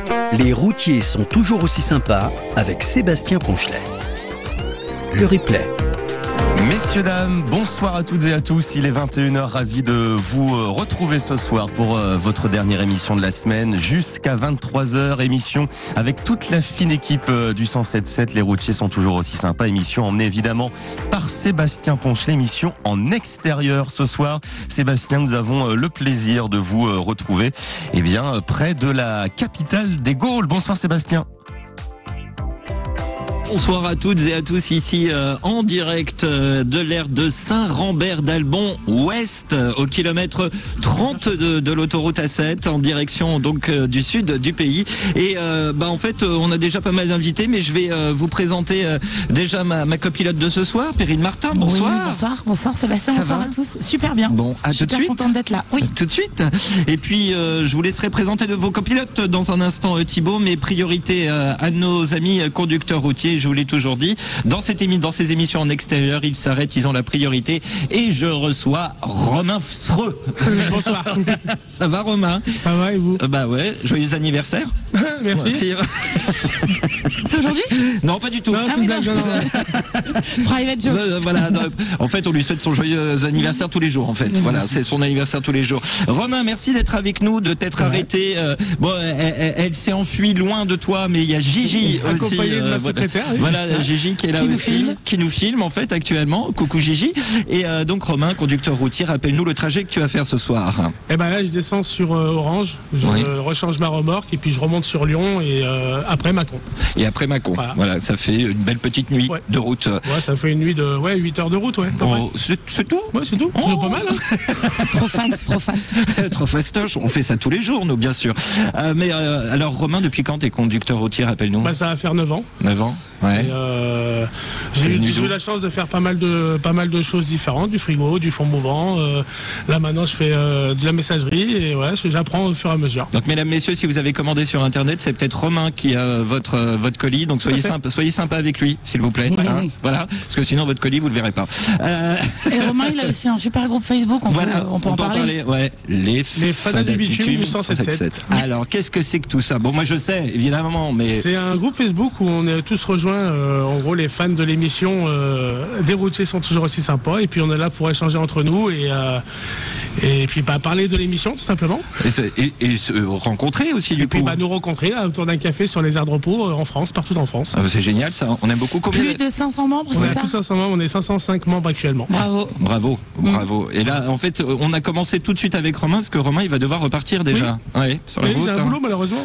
Les routiers sont toujours aussi sympas avec Sébastien Ponchelet. Le replay. Messieurs, dames, bonsoir à toutes et à tous. Il est 21h, ravi de vous retrouver ce soir pour votre dernière émission de la semaine jusqu'à 23h. Émission avec toute la fine équipe du 107.7. Les routiers sont toujours aussi sympas. Émission emmenée évidemment par Sébastien Ponchelet. Émission en extérieur ce soir. Sébastien, nous avons le plaisir de vous retrouver près de la capitale des Gaules. Bonsoir Sébastien. Bonsoir à toutes et à tous ici en direct de l'aire de Saint-Rambert-d'Albon Ouest au kilomètre 32 de l'autoroute A7 en direction donc du sud du pays et en fait on a déjà pas mal d'invités mais je vais vous présenter déjà ma copilote de ce soir, Perrine Martin. Bonsoir. Oui, bonsoir Sébastien, bonsoir à tous. Super bien. Bon, à tout de suite. Contente d'être là. Oui. Tout de suite. Et puis je vous laisserai présenter de vos copilotes dans un instant Thibaut, mais priorité à nos amis conducteurs routiers. Je vous l'ai toujours dit, dans ces émissions en extérieur, ils s'arrêtent, ils ont la priorité. Et je reçois Romain Freux. Bonsoir. Ça va Romain? Ça va et vous? Bah ouais, joyeux anniversaire. Merci. C'est aujourd'hui? Non, pas du tout. Non, c'est une blague. Private joke. Voilà. En fait, on lui souhaite son joyeux anniversaire tous les jours. En fait, voilà, c'est son anniversaire tous les jours. Romain, merci d'être avec nous, de t'être arrêté. Elle s'est enfuie loin de toi, mais il y a Gigi aussi. Accompagnée de ma secrétaire. Oui. Voilà, Gigi qui est là aussi, qui nous filme en fait actuellement. Coucou Gigi. Et donc Romain, conducteur routier, rappelle-nous le trajet que tu vas faire ce soir. Eh ben là, je descends sur Orange, je rechange ma remorque et puis je remonte sur Lyon et après Mâcon. Et après Mâcon. Voilà, ça fait une belle petite nuit de route. Ouais, ça fait une nuit de 8 heures de route, ouais. C'est tout? Ouais, c'est tout. C'est pas mal, hein. Trop fastoche. On fait ça tous les jours, nous, bien sûr. Alors Romain, depuis quand t'es conducteur routier, rappelle-nous? Ça va faire 9 ans. 9 ans. Ouais. J'ai eu la chance de faire pas mal de choses différentes, du frigo, du fond mouvant. Là maintenant je fais de la messagerie et j'apprends au fur et à mesure. Donc mesdames, messieurs, si vous avez commandé sur internet, c'est peut-être Romain qui a votre colis. Donc soyez sympa avec lui, s'il vous plaît. Oui. Hein, voilà, parce que sinon votre colis vous le verrez pas. Et Romain, il a aussi un super groupe Facebook. On peut en parler. Ouais, les fans du bitume du 107.7. Alors qu'est-ce que c'est que tout ça? Bon, moi je sais évidemment, mais c'est un groupe Facebook où on est tous rejoints. En gros, les fans de l'émission des routiers sont toujours aussi sympas et puis on est là pour échanger entre nous et puis parler de l'émission tout simplement et se rencontrer aussi du coup. Et puis nous rencontrer autour d'un café sur les aires de repos en France, partout en France. C'est génial ça, on aime beaucoup. Plus de 500 membres, c'est ça? Plus de 500 membres, on est 505 membres actuellement. Bravo. Et là en fait on a commencé tout de suite avec Romain parce que Romain il va devoir repartir déjà. Oui. Sur la route. J'ai un boulot malheureusement.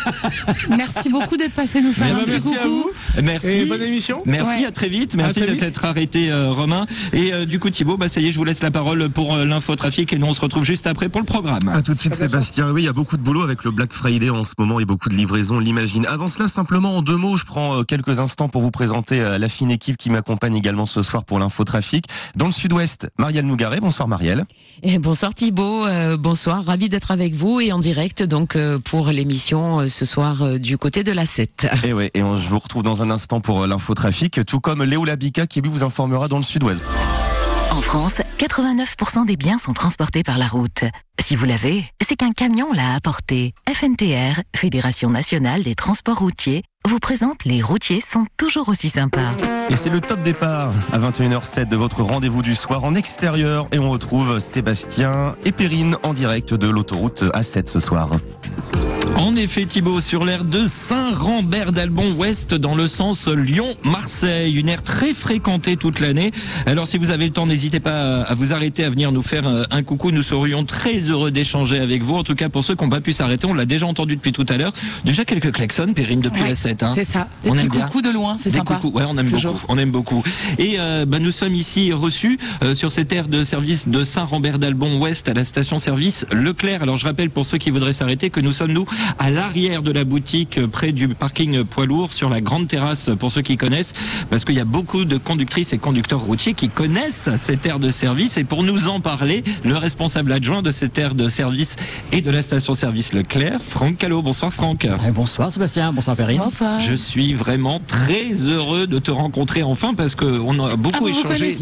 Merci beaucoup d'être passé nous faire un petit coucou. Merci. Et bonne émission. Merci, à très vite. Merci de t'être arrêté, Romain. Et du coup, Thibaut, ça y est, je vous laisse la parole pour l'infotrafic et nous on se retrouve juste après pour le programme. À tout de suite, Sébastien. Oui, il y a beaucoup de boulot avec le Black Friday en ce moment et beaucoup de livraisons, on l'imagine. Avant cela, simplement en 2 mots, je prends quelques instants pour vous présenter la fine équipe qui m'accompagne également ce soir pour l'infotrafic. Dans le sud-ouest, Marielle Nougaret. Bonsoir Marielle. Et bonsoir Thibaut. Bonsoir, ravi d'être avec vous et en direct donc pour l'émission ce soir du côté de la 7. Et je vous retrouve dans un instant pour l'infotrafic, tout comme Léo Labica qui lui vous informera dans le sud-ouest. En France, 89% des biens sont transportés par la route. Si vous l'avez, c'est qu'un camion l'a apporté. FNTR, Fédération Nationale des Transports Routiers, vous présente Les routiers sont toujours aussi sympas. Et c'est le top départ à 21h07 de votre rendez-vous du soir en extérieur et on retrouve Sébastien et Perrine en direct de l'autoroute A7 ce soir. En effet Thibaut, sur l'aire de Saint-Rambert-d'Albon Ouest dans le sens Lyon-Marseille, une aire très fréquentée toute l'année. Alors si vous avez le temps, n'hésitez pas à vous arrêter, à venir nous faire un coucou, nous serions très heureux d'échanger avec vous. En tout cas pour ceux qui n'ont pas pu s'arrêter, on l'a déjà entendu depuis tout à l'heure. Déjà quelques klaxons, Perrine, depuis la 7. C'est ça, des on petits aime bien. coucous de loin, c'est sympa. Coucous. Ouais, on aime beaucoup. Et nous sommes ici reçus sur cette aire de service de Saint-Rambert-d'Albon Ouest à la station-service Leclerc. Alors je rappelle pour ceux qui voudraient s'arrêter que nous sommes nous à l'arrière de la boutique, près du parking poids lourd, sur la grande terrasse, pour ceux qui connaissent, parce qu'il y a beaucoup de conductrices et conducteurs routiers qui connaissent cette aire de service. Et pour nous en parler, le responsable adjoint de cette aire de service et de la station-service Leclerc, Franck Callot. Bonsoir Franck. Bonsoir Sébastien, bonsoir Perrine. Bonsoir. Je suis vraiment très heureux de te rencontrer enfin, parce que on a beaucoup échangé.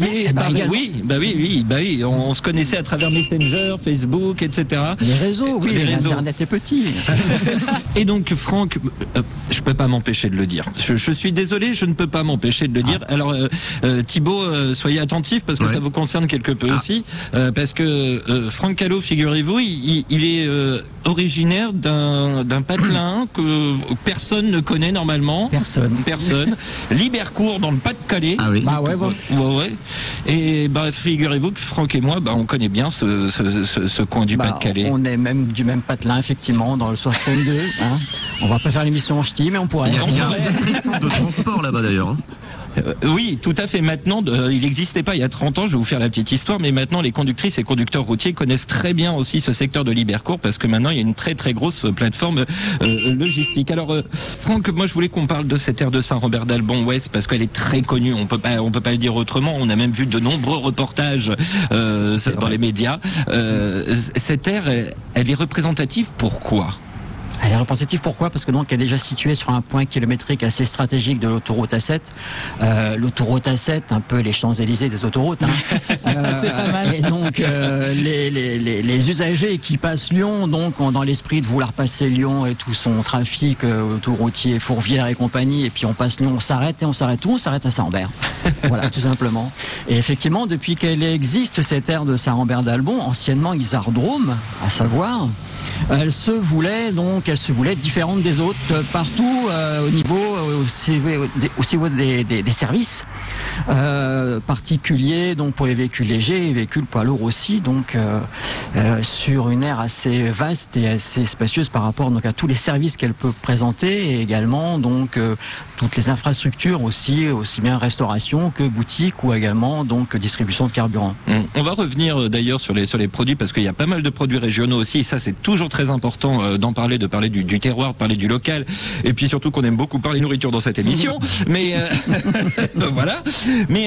Oui, on se connaissait à travers Messenger, Facebook, etc. Les réseaux, oui, les réseaux. Internet est petit. Et donc, Franck, je peux pas m'empêcher de le dire. Je suis désolé, je ne peux pas m'empêcher de le dire. Alors, Thibaut, soyez attentif parce que ça vous concerne quelque peu aussi, parce que Franck Callot, figurez-vous, il est originaire d'un patelin que personne ne connaît normalement. Personne. Libercourt dans le Pas-de-Calais. Ah oui. Bah ouais. Et figurez-vous que Franck et moi, on connaît bien ce coin du Pas-de-Calais. On est même du même patelin, effectivement, dans le 62. Hein. On va pas faire l'émission en ch'ti, mais on pourrait. Il y a un sacré centre de transport là-bas d'ailleurs. Hein. Oui, tout à fait. Maintenant, il n'existait pas il y a 30 ans, je vais vous faire la petite histoire, mais maintenant les conductrices et conducteurs routiers connaissent très bien aussi ce secteur de Libercourt parce que maintenant il y a une très très grosse plateforme logistique. Alors Franck, moi je voulais qu'on parle de cette aire de Saint-Robert-d'Albon-Ouest parce qu'elle est très connue, on peut pas le dire autrement, on a même vu de nombreux reportages dans les médias. Cette aire, elle est représentative pourquoi ? Elle est représentative pourquoi ? Parce que donc elle est déjà située sur un point kilométrique assez stratégique de l'autoroute A7. L'autoroute A7, un peu les Champs-Élysées des autoroutes. Hein. C'est pas mal. Et donc les usagers qui passent Lyon, donc ont dans l'esprit de vouloir passer Lyon et tout son trafic autoroutier, fourvière et compagnie. Et puis on passe Lyon, on s'arrête où ? On s'arrête à Saint-Rambert. Voilà, tout simplement. Et effectivement, depuis qu'elle existe cette aire de Saint-Rambert-d'Albon, anciennement Isardrome, à savoir. Elle se voulait différente des autres partout au niveau des services particuliers, donc pour les véhicules légers et véhicules poids lourds aussi, donc sur une aire assez vaste et assez spacieuse par rapport donc à tous les services qu'elle peut présenter et également donc toutes les infrastructures aussi bien restauration que boutique ou également donc distribution de carburant. On va revenir d'ailleurs sur les produits parce qu'il y a pas mal de produits régionaux aussi et ça c'est toujours très important d'en parler, de parler du terroir, de parler du local et puis surtout qu'on aime beaucoup parler nourriture dans cette émission. Mais voilà. Mais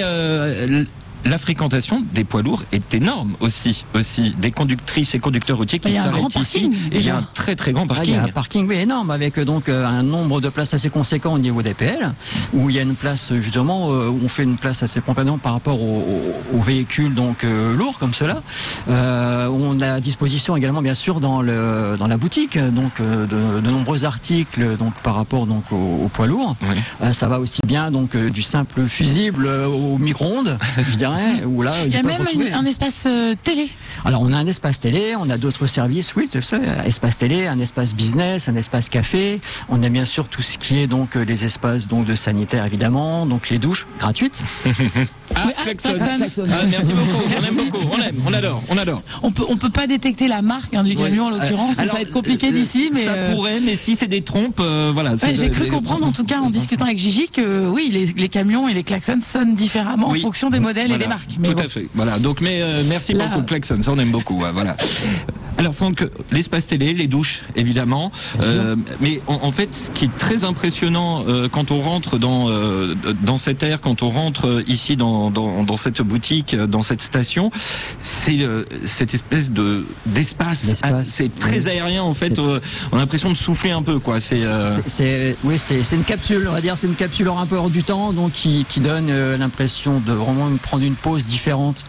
la fréquentation des poids lourds est énorme aussi des conductrices et conducteurs routiers qui s'arrêtent ici. Et il y a un très très grand parking. Il y a un parking énorme avec donc un nombre de places assez conséquent au niveau des PL, où il y a une place justement où on fait une place assez complémentaire par rapport aux véhicules donc lourds comme cela. On a à disposition également bien sûr dans la boutique donc de nombreux articles donc par rapport donc aux poids lourds. Oui. Ça va aussi bien donc du simple fusible au micro-ondes, je dirais. Où là, il y a même un espace télé. Alors on a un espace télé, on a d'autres services, oui, espace télé, un espace business, un espace café. On a bien sûr tout ce qui est donc les espaces donc de sanitaire évidemment, donc les douches gratuites. Klaxon. Merci beaucoup. On aime beaucoup. On adore. On peut pas détecter la marque du camion en l'occurrence. Ça va être compliqué d'ici, mais ça pourrait. Mais si c'est des trompes, voilà. J'ai cru comprendre en tout cas en discutant avec Gigi que oui, les camions et les klaxons sonnent différemment en fonction des modèles et des marques. Mais tout à fait. Voilà. Donc, merci beaucoup le klaxon. Ça, on aime beaucoup. Voilà. Alors Franck, l'espace télé, les douches évidemment, mais en fait ce qui est très impressionnant quand on rentre dans cette aire, quand on rentre ici dans cette boutique, dans cette station, c'est cette espèce d'espace. C'est très aérien en fait. On a l'impression de souffler un peu quoi. C'est une capsule, on va dire, c'est une capsule un peu hors du temps, donc qui donne l'impression de vraiment prendre une pause différente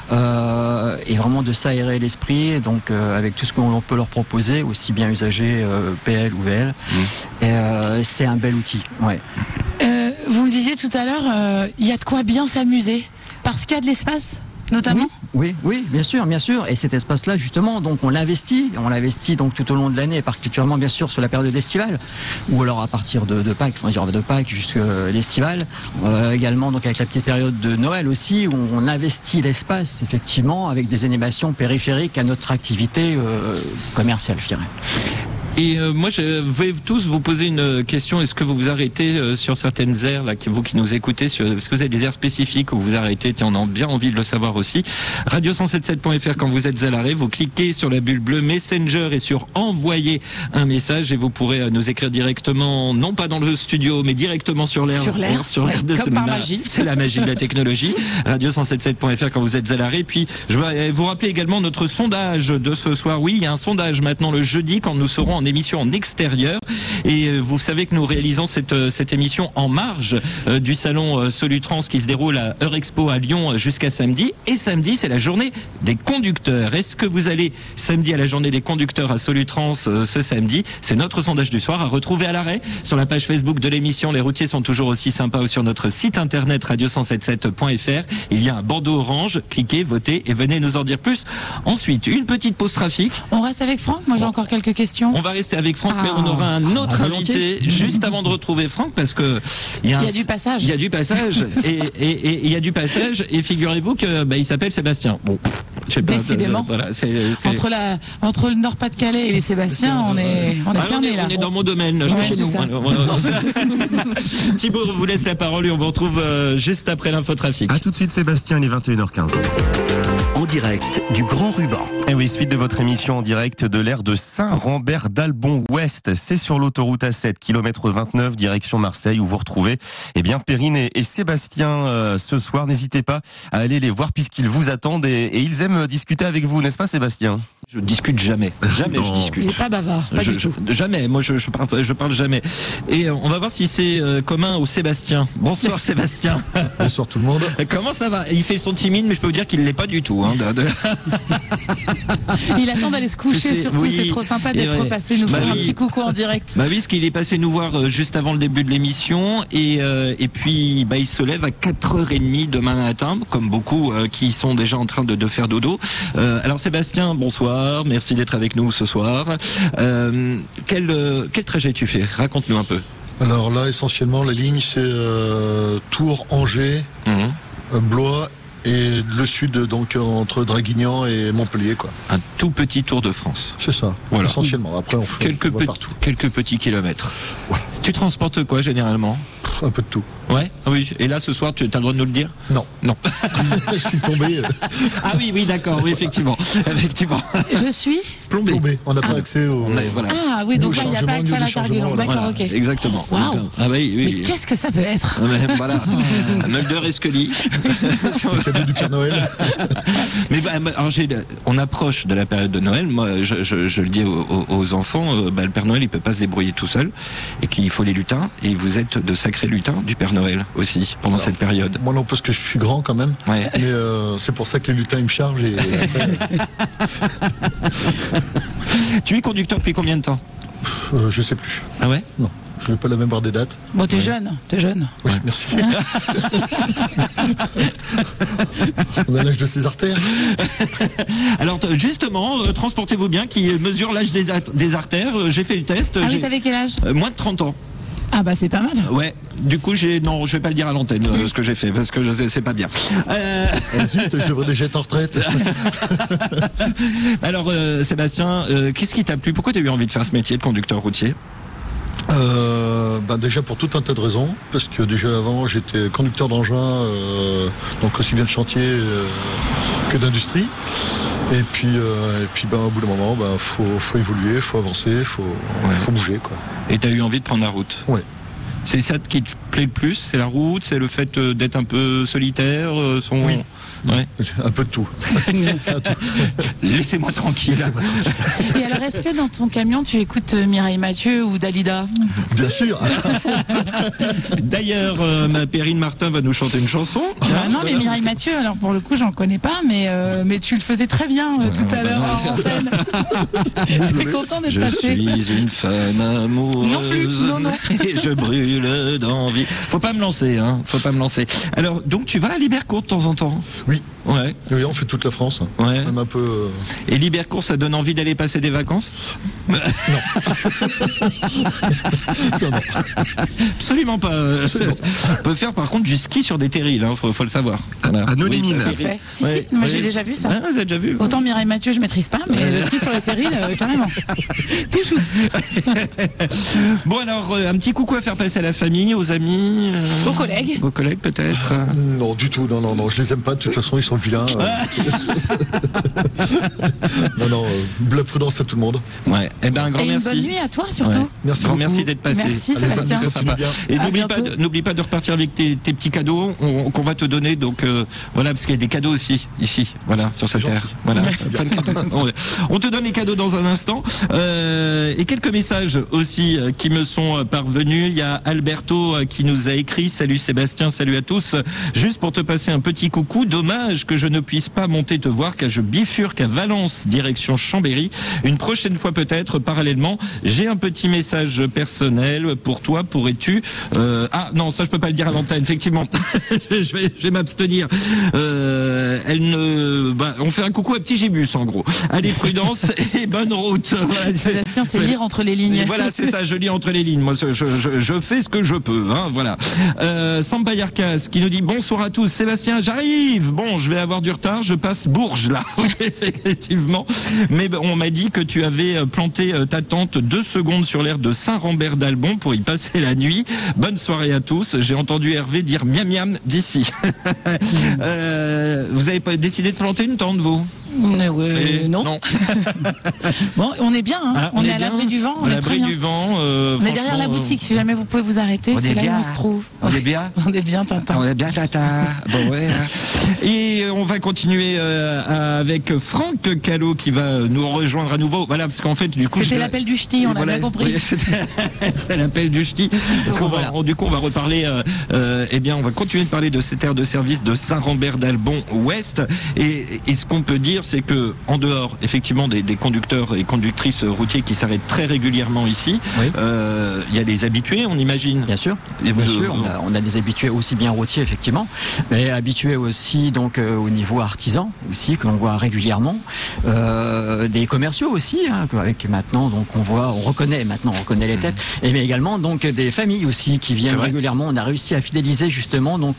et vraiment de s'aérer l'esprit. Donc avec tout ce qu'on peut leur proposer, aussi bien usagers PL ou VL. C'est un bel outil. Ouais. Vous me disiez tout à l'heure, il y a de quoi bien s'amuser parce qu'il y a de l'espace notamment. Oui, bien sûr. Et cet espace-là, justement, donc on l'investit donc tout au long de l'année, et particulièrement bien sûr sur la période estivale, ou alors à partir de Pâques, de Pâques jusqu'à l'estival. Également donc avec la petite période de Noël aussi, où on investit l'espace effectivement avec des animations périphériques à notre activité commerciale, je dirais. Et moi, je vais tous vous poser une question. Est-ce que vous vous arrêtez sur certaines aires, là, vous qui nous écoutez, est-ce que vous avez des aires spécifiques où vous vous arrêtez? Tiens, on a bien envie de le savoir aussi. Radio177.fr, quand vous êtes à l'arrêt, vous cliquez sur la bulle bleue Messenger et sur envoyer un message et vous pourrez nous écrire directement, non pas dans le studio, mais directement sur l'air. Sur l'air, comme par magie. C'est la magie de la technologie. Radio177.fr quand vous êtes à l'arrêt. Puis, je vais vous rappeler également notre sondage de ce soir. Oui, il y a un sondage maintenant le jeudi quand nous serons en émission en extérieur. Et vous savez que nous réalisons cette émission en marge du salon Solutrans qui se déroule à Eurexpo à Lyon jusqu'à samedi. Et samedi, c'est la journée des conducteurs. Est-ce que vous allez samedi à la journée des conducteurs à Solutrans ce samedi? C'est notre sondage du soir à retrouver à l'arrêt sur la page Facebook de l'émission. Les routiers sont toujours aussi sympas, ou sur notre site internet radio177.fr. Il y a un bandeau orange. Cliquez, votez et venez nous en dire plus. Ensuite, une petite pause trafic. On reste avec Franck. Moi, j'ai encore quelques questions. On va rester avec Franck, mais on aura un autre invité juste avant de retrouver Franck, parce que il y a du passage. Il y a du passage et il y a du passage. Et figurez-vous que il s'appelle Sébastien. Bon, je sais pas. Décidément. Voilà, entre le Nord-Pas-de-Calais et les Sébastien, on est fermé là. On est dans mon domaine. Là, chez nous. Thibaut, on vous laisse la parole et on vous retrouve juste après l'infotrafic. À tout de suite, Sébastien. Il est 21h15. En direct du Grand Ruban. Et oui, suite de votre émission en direct de l'aire de Saint-Rambert-d'Albon-Ouest. C'est sur l'autoroute A7, kilomètre 29, direction Marseille, où vous retrouvez Perrine et Sébastien ce soir. N'hésitez pas à aller les voir puisqu'ils vous attendent et ils aiment discuter avec vous, n'est-ce pas Sébastien? Je discute jamais. Jamais je discute. Il est pas bavard. Jamais. Moi, je parle jamais. Et on va voir si c'est commun au Sébastien. Bonsoir Sébastien. Bonsoir tout le monde. Comment ça va? Il fait son timide, mais je peux vous dire qu'il l'est pas du tout. Il attend d'aller se coucher surtout. C'est trop sympa d'être passé nous faire un petit coucou en direct. Oui, parce qu'il est passé nous voir juste avant le début de l'émission et puis il se lève à 4h30 demain matin, comme beaucoup qui sont déjà en train de faire dodo. Alors Sébastien, bonsoir. Merci d'être avec nous ce soir. Quel trajet tu fais? Raconte-nous un peu. Alors là, essentiellement, la ligne, c'est Tours, Angers, Blois et le sud, donc entre Draguignan et Montpellier, quoi. Un tout petit tour de France. C'est ça, voilà. Essentiellement. Après, on fait partout. Quelques petits kilomètres. Voilà. Tu transportes quoi généralement? Un peu de tout. Ouais, oui. Et là, ce soir, tu as le droit de nous le dire? Non. Je suis tombé. Ah oui, d'accord, oui, effectivement. Je suis plombé. On n'a pas accès au. Voilà. Ah oui, donc il n'y a pas accès à la cargaison. D'accord, voilà, ok. Exactement. Waouh. Ah oui. Mais qu'est-ce que ça peut être? Voilà. Mulder et Scully. Le cadeau du Père Noël. Mais alors on approche de la période de Noël. Moi, je le dis aux enfants, le Père Noël, il peut pas se débrouiller tout seul, et qu'il faut les lutins. Et vous êtes de sacrés lutins du Père Noël aussi pendant cette période. Moi non, parce que je suis grand quand même. Ouais. Mais c'est pour ça que les lutins ils me chargent. Et Tu es conducteur depuis combien de temps? Je sais plus. Ah ouais? Non. Je n'ai pas la mémoire des dates. Bon, t'es jeune. Oui, merci. On a l'âge de ces artères. Alors justement, transportez-vous bien, qui mesure l'âge des artères. J'ai fait le test. Ah oui, t'avais quel âge? Moins de 30 ans. Ah bah c'est pas mal. Ouais. Du coup, je vais pas le dire à l'antenne ce que j'ai fait parce que c'est pas bien. Zut, je devrais déjà être en retraite. Alors Sébastien, qu'est-ce qui t'a plu? Pourquoi t'as eu envie de faire ce métier de conducteur routier? Déjà pour tout un tas de raisons, parce que déjà avant j'étais conducteur d'engin, donc aussi bien de chantier que d'industrie. Et puis au bout d'un moment, faut évoluer, faut avancer, faut bouger, quoi. Et t'as eu envie de prendre la route? Ouais. C'est ça qui te plaît le plus? C'est la route? C'est le fait d'être un peu solitaire? Oui. Ouais. Un peu de tout. Laissez-moi tranquille. Et alors, est-ce que dans ton camion, tu écoutes Mireille Mathieu ou Dalida? Bien sûr. D'ailleurs, ma Perrine Martin va nous chanter une chanson. Non, mais Mireille Mathieu, alors pour le coup, j'en connais pas, mais tu le faisais très bien tout à l'heure en antenne. Je suis content d'être passé. Je suis une femme amoureuse. Non plus, non. Et je brûle d'envie. Faut pas me lancer, hein. Alors, donc tu vas à Libercourt de temps en temps? Oui. Ouais. Oui, on fait toute la France. Ouais. Même un peu. Et Libercourt, ça donne envie d'aller passer des vacances? Non. Non. Absolument pas. On peut faire par contre du ski sur des terrils, hein, faut le savoir. Voilà. À Nolimine. Si, moi j'ai déjà vu ça. Ah, vous avez déjà vu? Autant Mireille Mathieu, je maîtrise pas, mais le ski sur les terrils, carrément. Tout chousse. Bon alors, un petit coucou à faire passer à la famille, aux amis, amis, vos collègues. Vos collègues peut-être. Non, du tout. Non. Je les aime pas. De toute façon, ils sont vilains. Non. Prudence à tout le monde. Ouais. Eh ben, un grand merci. Une bonne nuit à toi surtout. Ouais. Merci beaucoup. Merci d'être passé. Merci Sébastien. Très sympa. Et n'oublie pas de repartir avec tes petits cadeaux qu'on va te donner. Donc voilà, parce qu'il y a des cadeaux aussi ici. Voilà, sur cette terre. Voilà. On te donne les cadeaux dans un instant. Et quelques messages aussi qui me sont parvenus. Il y a Alberto qui nous a écrit: salut Sébastien, salut à tous. Juste pour te passer un petit coucou. Dommage que je ne puisse pas monter te voir, car je bifurque à Valence, direction Chambéry. Une prochaine fois peut-être, parallèlement. J'ai un petit message personnel pour toi. Pourrais-tu ah non, ça je peux pas le dire à l'antenne. Effectivement, je vais m'abstenir. On fait un coucou à Petit Gibus en gros. Allez, prudence et bonne route. Sébastien, c'est lire entre les lignes. Voilà, c'est ça. Je lis entre les lignes. Moi, je fais ce que je peux. Hein, voilà. Sambayarkas qui nous dit: bonsoir à tous. Sébastien, j'arrive. Bon, je vais avoir du retard. Je passe Bourges là. Effectivement. Mais on m'a dit que tu avais planté ta tente 2 secondes sur l'aire de Saint-Rambert d'Albon pour y passer la nuit. Bonne soirée à tous. J'ai entendu Hervé dire miam miam d'ici. Vous avez pas décidé de planter une tente, vous? Non. Bon, on est bien, hein. Ah, on est à l'abri du vent. À l'abri du vent. On est derrière la boutique, si jamais vous pouvez vous arrêter, c'est là où on se trouve. On est bien. On est bien, Tintin. On est bien, Tata. Bon, ouais. Et on va continuer avec Franck Callot qui va nous rejoindre à nouveau. Voilà, parce qu'en fait, du coup, c'était l'appel du ch'ti, on a bien compris. Oui, c'est l'appel du ch'ti. Parce qu'on va, du coup, on va reparler. On va continuer de parler de cette aire de service de Saint-Rambert d'Albon Ouest. Et ce qu'on peut dire, c'est que en dehors, effectivement, des conducteurs et conductrices routiers qui s'arrêtent très régulièrement ici, il y a des habitués, on imagine. Bien sûr. On a des habitués aussi bien routiers, effectivement, mais habitués aussi donc au niveau artisan aussi, que l'on voit régulièrement, des commerciaux aussi, hein, avec maintenant donc on reconnaît les têtes, et mais également donc des familles aussi qui viennent régulièrement. On a réussi à fidéliser justement donc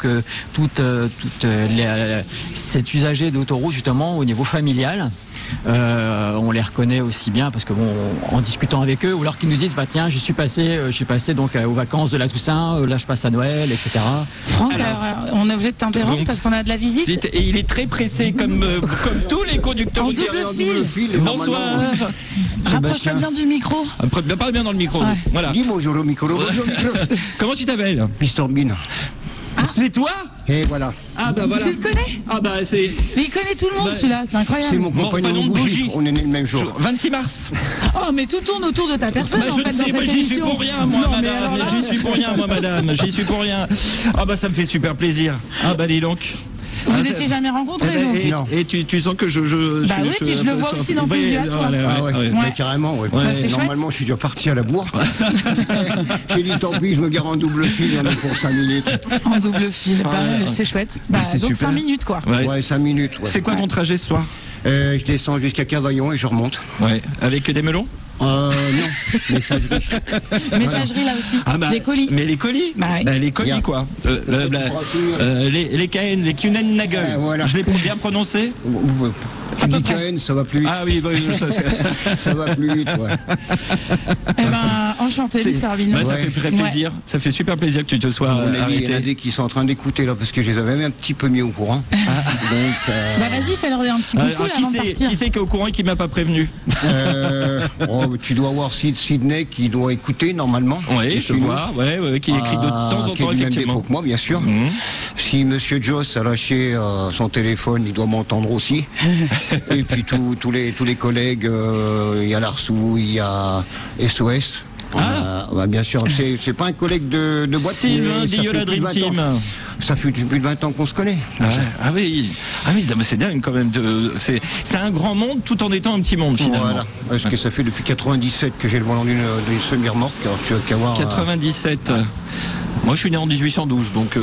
cet usager d'autoroute justement au niveau familial. On les reconnaît aussi bien parce que bon, en discutant avec eux, ou alors qu'ils nous disent tiens, je suis passé donc aux vacances de la Toussaint, là je passe à Noël, etc. Franck, alors, on est obligé de t'interrompre parce qu'on a de la visite. Et il est très pressé comme tous les conducteurs. En double fil. Bonsoir. Rapproche-toi bien du micro. Parle bien dans le micro. Ouais. Voilà. Dis bonjour au micro. Comment tu t'appelles? Mister Bean. C'est toi? Et voilà. Ah bah voilà. Tu le connais? Ah bah c'est... Mais il connaît tout le monde celui-là, c'est incroyable. C'est mon compagnon de bougie. On est né le même jour. 26 mars. Oh mais tout tourne autour de ta personne je ne sais, j'y suis pour rien moi, madame. J'y suis pour rien moi, madame. J'y suis pour rien. Ah bah ça me fait super plaisir. Ah bah dis donc. Vous n'étiez jamais rencontrés, donc. Et tu sens que je oui, puis je le vois aussi dans tes yeux à toi. Mais carrément, ouais. Normalement, je suis déjà parti à la bourre. J'ai dit, tant pis, je me gare en double fil, il y en a pour 5 minutes. En double fil, c'est chouette. Donc super. 5 minutes, quoi. Ouais, 5 minutes. C'est quoi ton trajet ce soir? Je descends jusqu'à Cavaillon et je remonte. Ouais. Avec des melons? Non, messagerie. Messagerie là aussi. Des colis. Mais les colis? Les colis quoi. Les KN, les Kunennagel. Voilà. Je l'ai bien prononcé? Tu dis KN, ça va plus vite. Ah oui, ça va plus vite, ouais. Eh ben, enchanté, Mr. Bean. Ça fait très plaisir. Ça fait super plaisir que tu te sois arrêté. Il y en a des qui sont en train d'écouter là parce que je les avais même un petit peu mis au courant. Donc, vas-y, fais-leur un petit coucou là avant de partir. Qui c'est qui est au courant et qui m'a pas prévenu? Tu dois avoir Sydney qui doit écouter normalement. Oui, je vois. Qui écrit de temps en temps, qui est du même dépôt que moi, bien sûr. Si Monsieur Joss a lâché son téléphone, il doit m'entendre aussi. Et puis tous les collègues, il y a Larsou, il y a SOS. Bien sûr, c'est pas un collègue de boîte. Sylvain Diola Dream Team. Ça fait plus de 20 ans qu'on se connaît. Ah oui, mais c'est dingue quand même. C'est un grand monde tout en étant un petit monde finalement. Voilà. Parce que ça fait depuis 97 que j'ai le volant d'une semi-remorque. Alors tu vas qu'à voir. 97. Moi, je suis né en 1812, donc.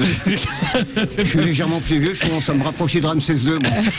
Je suis légèrement plus vieux. Je commence à me rapprocher de Ramsès II.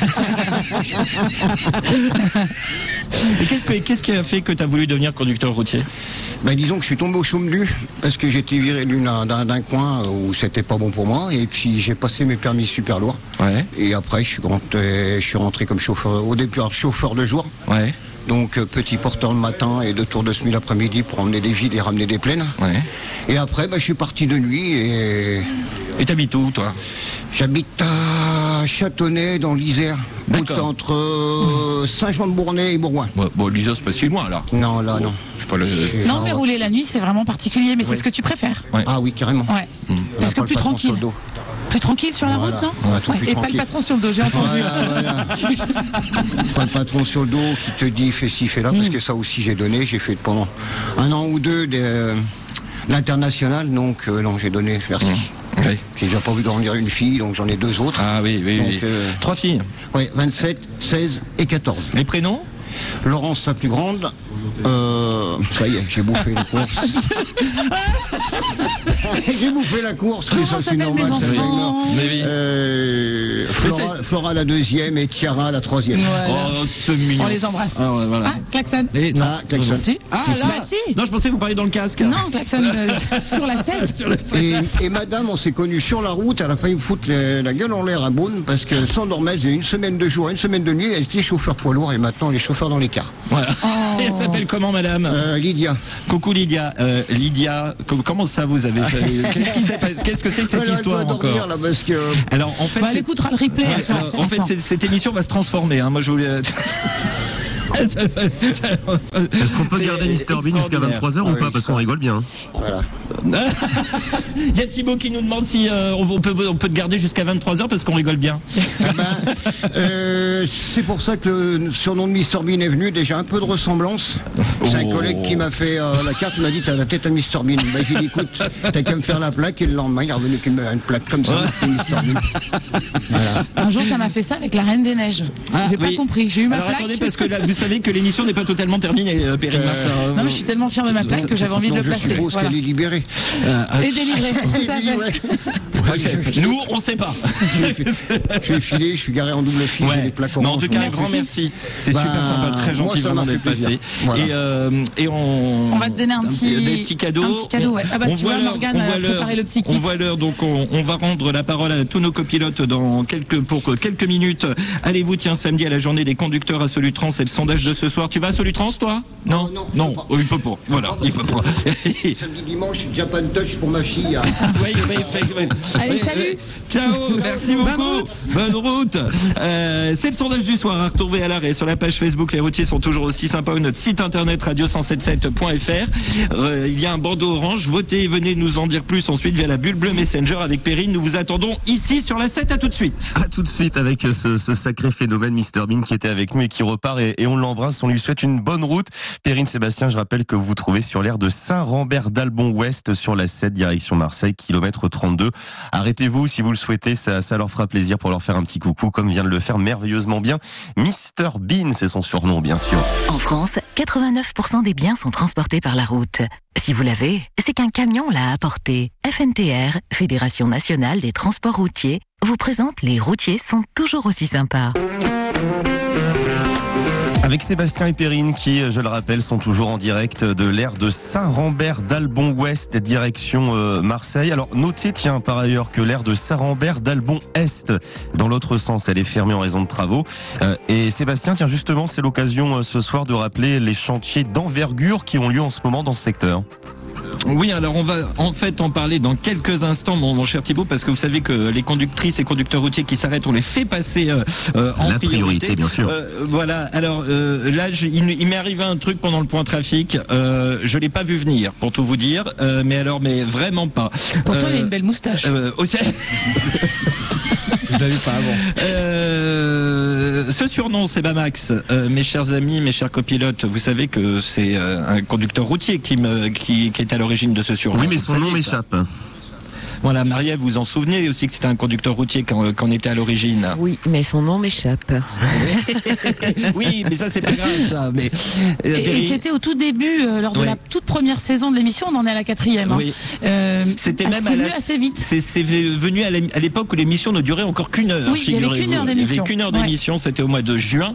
Qu'est-ce qui a fait que tu as voulu devenir conducteur routier? Disons que je suis tombé au chaume du parce que j'étais viré d'un coin où c'était pas bon pour moi, et puis j'ai passé mes permis super lourds. Ouais. Et après, je suis rentré comme chauffeur. Au départ, chauffeur de jour. Ouais. Donc petit porteur le matin et 2 tours de semi l'après-midi pour emmener des vides et ramener des pleines. Ouais. Et après, je suis parti de nuit et... Et t'habites où, toi? J'habite à Châtenay, dans l'Isère. Entre Saint-Jean-de-Bournay et Bourgoin. Ouais, bon, l'Isère, c'est pas si loin, là. Non, là, non. C'est pas le... Non, mais rouler la nuit, c'est vraiment particulier, mais c'est ce que tu préfères. Ouais. Ah oui, carrément. Ouais. Parce que plus tranquille. Plus tranquille sur la route, non? Et pas le patron sur le dos, j'ai entendu. Pas le patron sur le dos qui te dit fais ci, fais là, parce que ça aussi j'ai donné. J'ai fait pendant 1 an ou 2 l'international, donc non, j'ai donné, merci. Oui. J'ai déjà pas vu grandir une fille, donc j'en ai 2 autres. Ah oui. 3 filles. Oui, 27, 16 et 14. Les prénoms? Laurence la plus grande. Ça y est, j'ai bouffé les courses. J'ai bouffé la course, mais ça c'est normal. Flora la 2e et Tiara la 3e. Voilà. Oh, c'est mignon. On les embrasse. Ah, ouais, voilà. Klaxon. Klaxon. Si. Ah là, si. Non, je pensais que vous parliez dans le casque. Non, Klaxon sur la 7. Et madame, on s'est connus sur la route, elle a failli me foutre la gueule en l'air à Beaune parce que sans dormir, elle faisait 1 semaine de jour, 1 semaine de nuit, elle était chauffeur poids lourd et maintenant elle est chauffeur dans les cars. Voilà. Et elle s'appelle comment, madame? Lydia. Coucou Lydia. Lydia, comment ça vous avez fait? Qu'est-ce qui s'est passé? Qu'est-ce que c'est que cette histoire encore là, parce que... Alors en fait, elle écoutera le replay. En fait, cette émission va se transformer. Hein. Moi, je voulais. Est-ce qu'on peut garder Mr Bean jusqu'à 23h ou pas? Parce qu'on rigole bien. Voilà. Il y a Thibaut qui nous demande si on peut te garder jusqu'à 23h parce qu'on rigole bien. C'est pour ça que le surnom de Mr Bean est venu. Déjà un peu de ressemblance. C'est un collègue qui m'a fait la carte, il m'a dit t'as la tête à Mr Bean. J'ai dit écoute, t'as qu'à me faire la plaque et le lendemain il est revenu avec une plaque comme ça. C'est Mr Bean. Voilà. Un jour ça m'a fait ça avec la Reine des Neiges. J'ai pas compris. J'ai eu ma plaque. Alors attendez parce que là vous savez que l'émission n'est pas totalement terminée, Perrine Martin. Non mais je suis tellement fière de ma plaque que j'avais envie de le placer. Je suppose qu'elle est libérée. Et délivrée. Nous on sait pas. Je vais filer, je suis garé en double fil, j'ai les plaques en En tout cas un grand merci. C'est super sympa, très gentil vraiment d'être passé. Et on va te donner des petits cadeaux. Un petit cadeau, ouais. Ah bah tu vois, Morgane a préparé le petit kit. On voit l'heure, donc on va rendre la parole à tous nos copilotes pour quelques minutes. Allez-vous, tiens, samedi à la journée des conducteurs à Solutrans, c'est le sondage de ce soir. Tu vas à Solutrans, toi? Non. Il peut pas. Voilà, il peut pas. Samedi, dimanche, Japan Touch pour ma fille. Oui. Allez, salut. Ciao, merci beaucoup. Bonne route. C'est le sondage du soir à retrouver à l'arrêt sur la page Facebook. Les routiers sont toujours aussi sympas, ou notre site internet radio177.fr. Il y a un bandeau orange. Votez et venez nous en dire plus ensuite via la bulle bleue Messenger avec Perrine. Nous vous attendons ici sur la 7. À tout de suite. À tout de suite avec ce sacré phénomène Mr Bean qui était avec nous et qui repart et on l'embrasse. On lui souhaite une bonne route. Perrine, Sébastien, je rappelle que vous vous trouvez sur l'aire de Saint-Rambert d'Albon Ouest sur la 7 direction Marseille, kilomètre 32. Arrêtez-vous si vous le souhaitez, ça leur fera plaisir pour leur faire un petit coucou comme vient de le faire merveilleusement bien Mr Bean, c'est son surnom bien sûr. En France, 89% des biens sont transportés par la route. Si vous l'avez, c'est qu'un camion l'a apporté. FNTR, Fédération nationale des transports routiers, vous présente Les routiers sont toujours aussi sympas. Avec Sébastien et Perrine qui, je le rappelle, sont toujours en direct de l'aire de Saint-Rambert d'Albon Ouest, direction Marseille. Alors notez, tiens, par ailleurs, que l'aire de Saint-Rambert d'Albon Est, dans l'autre sens, elle est fermée en raison de travaux. Et Sébastien, tiens, justement, c'est l'occasion ce soir de rappeler les chantiers d'envergure qui ont lieu en ce moment dans ce secteur. Oui, alors on va en fait en parler dans quelques instants, mon cher Thibaut, parce que vous savez que les conductrices et conducteurs routiers qui s'arrêtent, on les fait passer en la priorité, bien sûr. Voilà. Alors là, il m'est arrivé un truc pendant le point trafic. Je l'ai pas vu venir, pour tout vous dire. Mais vraiment pas. Pourtant, il a une belle moustache. Aussi. Je l'avais pas avant. Ce surnom, c'est Bamax. Mes chers amis, mes chers copilotes, vous savez que c'est un conducteur routier qui est à l'origine de ce surnom. Oui, mais son nom m'échappe. Voilà, Marie-Ève, vous en souvenez aussi que c'était un conducteur routier qu'en était à l'origine. Oui, mais son nom m'échappe. Oui, mais ça c'est pas grave ça. Mais et c'était au tout début, lors de la toute première saison de l'émission, on en est à la 4e. Oui. C'était même assez vite. C'est venu à l'époque où l'émission ne durait encore qu'une heure. Oui, il y avait qu'une heure d'émission. Il y avait qu'une heure d'émission. C'était au mois de juin.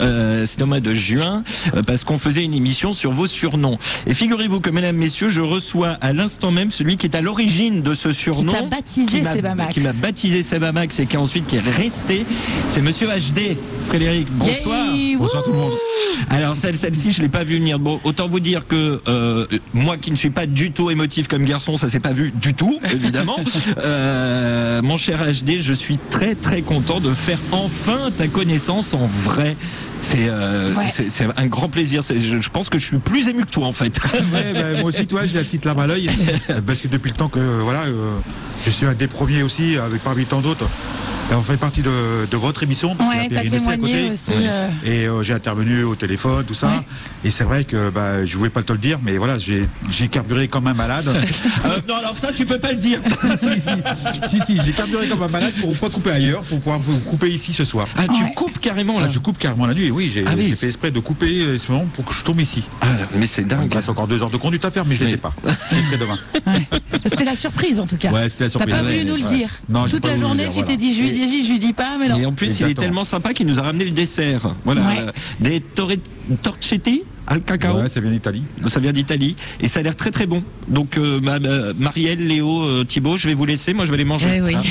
Parce qu'on faisait une émission sur vos surnoms. Et figurez-vous que, mesdames, messieurs, je reçois à l'instant même celui qui est à l'origine de ce surnom. surnom. Qui t'a baptisé Sebamax. Qui m'a baptisé Sebamax et qui est resté. C'est Monsieur HD. Frédéric, bonsoir. Bonsoir tout le monde. Alors celle-ci, je l'ai pas vu venir. Bon, autant vous dire que moi qui ne suis pas du tout émotif comme garçon, ça s'est pas vu du tout, évidemment. Mon cher HD, je suis très très content de faire enfin ta connaissance en vrai. C'est un grand plaisir. Je pense que je suis plus ému que toi en fait. Ouais, moi aussi, toi, j'ai la petite larme à l'œil parce que depuis le temps que je suis un des premiers aussi, avec parmi tant d'autres. On fait partie de votre émission parce qu'il y a PRIMC à côté aussi, et j'ai intervenu au téléphone, tout ça. Et c'est vrai que je voulais pas te le dire, mais voilà, j'ai carburé comme un malade. Non, alors ça tu peux pas le dire. Si, j'ai carburé comme un malade pour pas couper ailleurs, pour pouvoir vous couper ici ce soir. Ah, tu coupes carrément là. Je coupe carrément la nuit. Oui, j'ai fait exprès de couper ce moment pour que je tombe ici. Ah, mais c'est dingue. Il reste encore 2 heures de conduite à faire, mais je l'ai fait pas. Je l'ai fait demain. C'était la surprise en tout cas. Ouais, c'était la surprise. T'as pas voulu nous le dire. Non, toute la journée, tu t'es dit, je lui dis pas, mais non. Et en plus, Exactement. il est tellement sympa qu'il nous a ramené le dessert. Voilà, des torchetti al cacao. Ouais, ça vient d'Italie. Ça vient d'Italie et ça a l'air très très bon. Donc Marielle, Léo, Thibaut, je vais vous laisser. Moi, je vais les manger. Oui.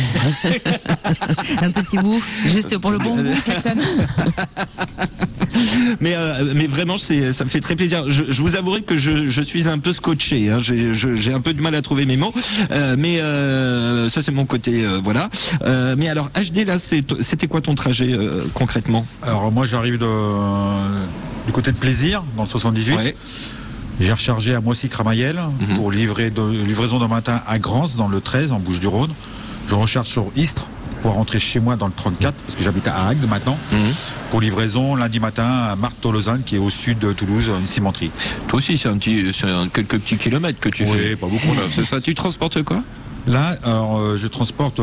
Un petit bout, juste pour le bon goût, Katsam. Mais vraiment, ça me fait très plaisir. Je vous avouerai que je suis un peu scotché. Hein. J'ai un peu de mal à trouver mes mots. Mais ça, c'est mon côté. Voilà. Mais alors, HD, là, c'était quoi ton trajet concrètement? Alors, moi, j'arrive du côté de Plaisir, dans le 78. Ouais. J'ai rechargé à Moissy-Cramayel pour livraison de matin à Grance, dans le 13, en Bouches-du-Rhône. Je recharge sur Istres pour rentrer chez moi dans le 34, parce que j'habite à Agde maintenant, pour livraison lundi matin à Marthe-Lausanne, qui est au sud de Toulouse, une cimenterie. Toi aussi, c'est quelques petits kilomètres que tu fais. Oui, pas beaucoup. C'est ça. Tu transportes quoi? Là, alors, je transporte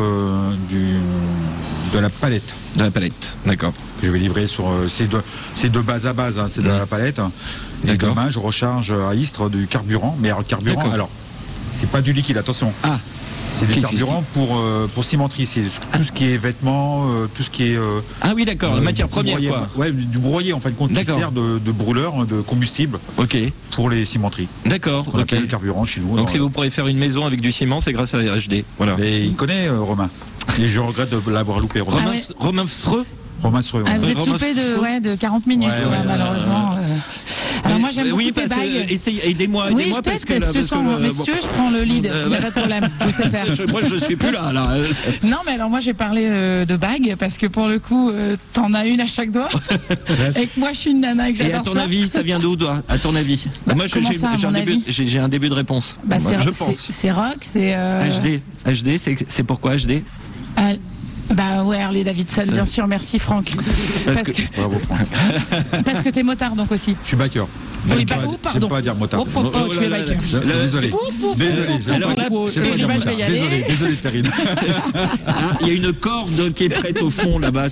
de la palette. De la palette, d'accord. Je vais livrer sur c'est de base à base, hein, c'est de la palette. Et demain, je recharge à Istres du carburant, mais alors le carburant, c'est pas du liquide, attention. Ah. C'est du carburant pour cimenterie, c'est tout ce qui est vêtements, tout ce qui est ah oui, d'accord, la matière première broyer, quoi. Ouais, du broyer en fin de compte, qui sert de brûleur de combustible. OK. Pour les cimenteries. D'accord. On appelle le carburant chez nous. Donc si vous pourrez faire une maison avec du ciment, c'est grâce à HD. Voilà. Mais il connaît Romain. Et je regrette de l'avoir loupé, Romain. Romain Freux. Romain Freux. Vous êtes loupé de 40 minutes, malheureusement. Alors moi j'aime beaucoup tes bagues. Aidez-moi parce que je te sens. Mais si tu veux, je prends le lead. Il n'y a pas de problème. Je sais faire. Moi je suis plus là. Non mais alors moi j'ai parlé de bagues parce que pour le coup t'en as une à chaque doigt. Et que moi je suis une nana et que j'adore ça. Et à ton avis, ça vient d'où, toi? À ton avis? Moi j'ai un début de réponse. Je pense. C'est rock, c'est. HD, c'est pourquoi HD? Bah ouais, Harley Davidson, bien sûr, merci Franck. Bravo Franck. Parce que t'es motard donc aussi. Je suis biker. Oui, pardon. J'aime pas dire motard. Tu es biker. Désolé. Alors là, Désolé Perrine. Il y a une corde qui est prête au fond là-bas.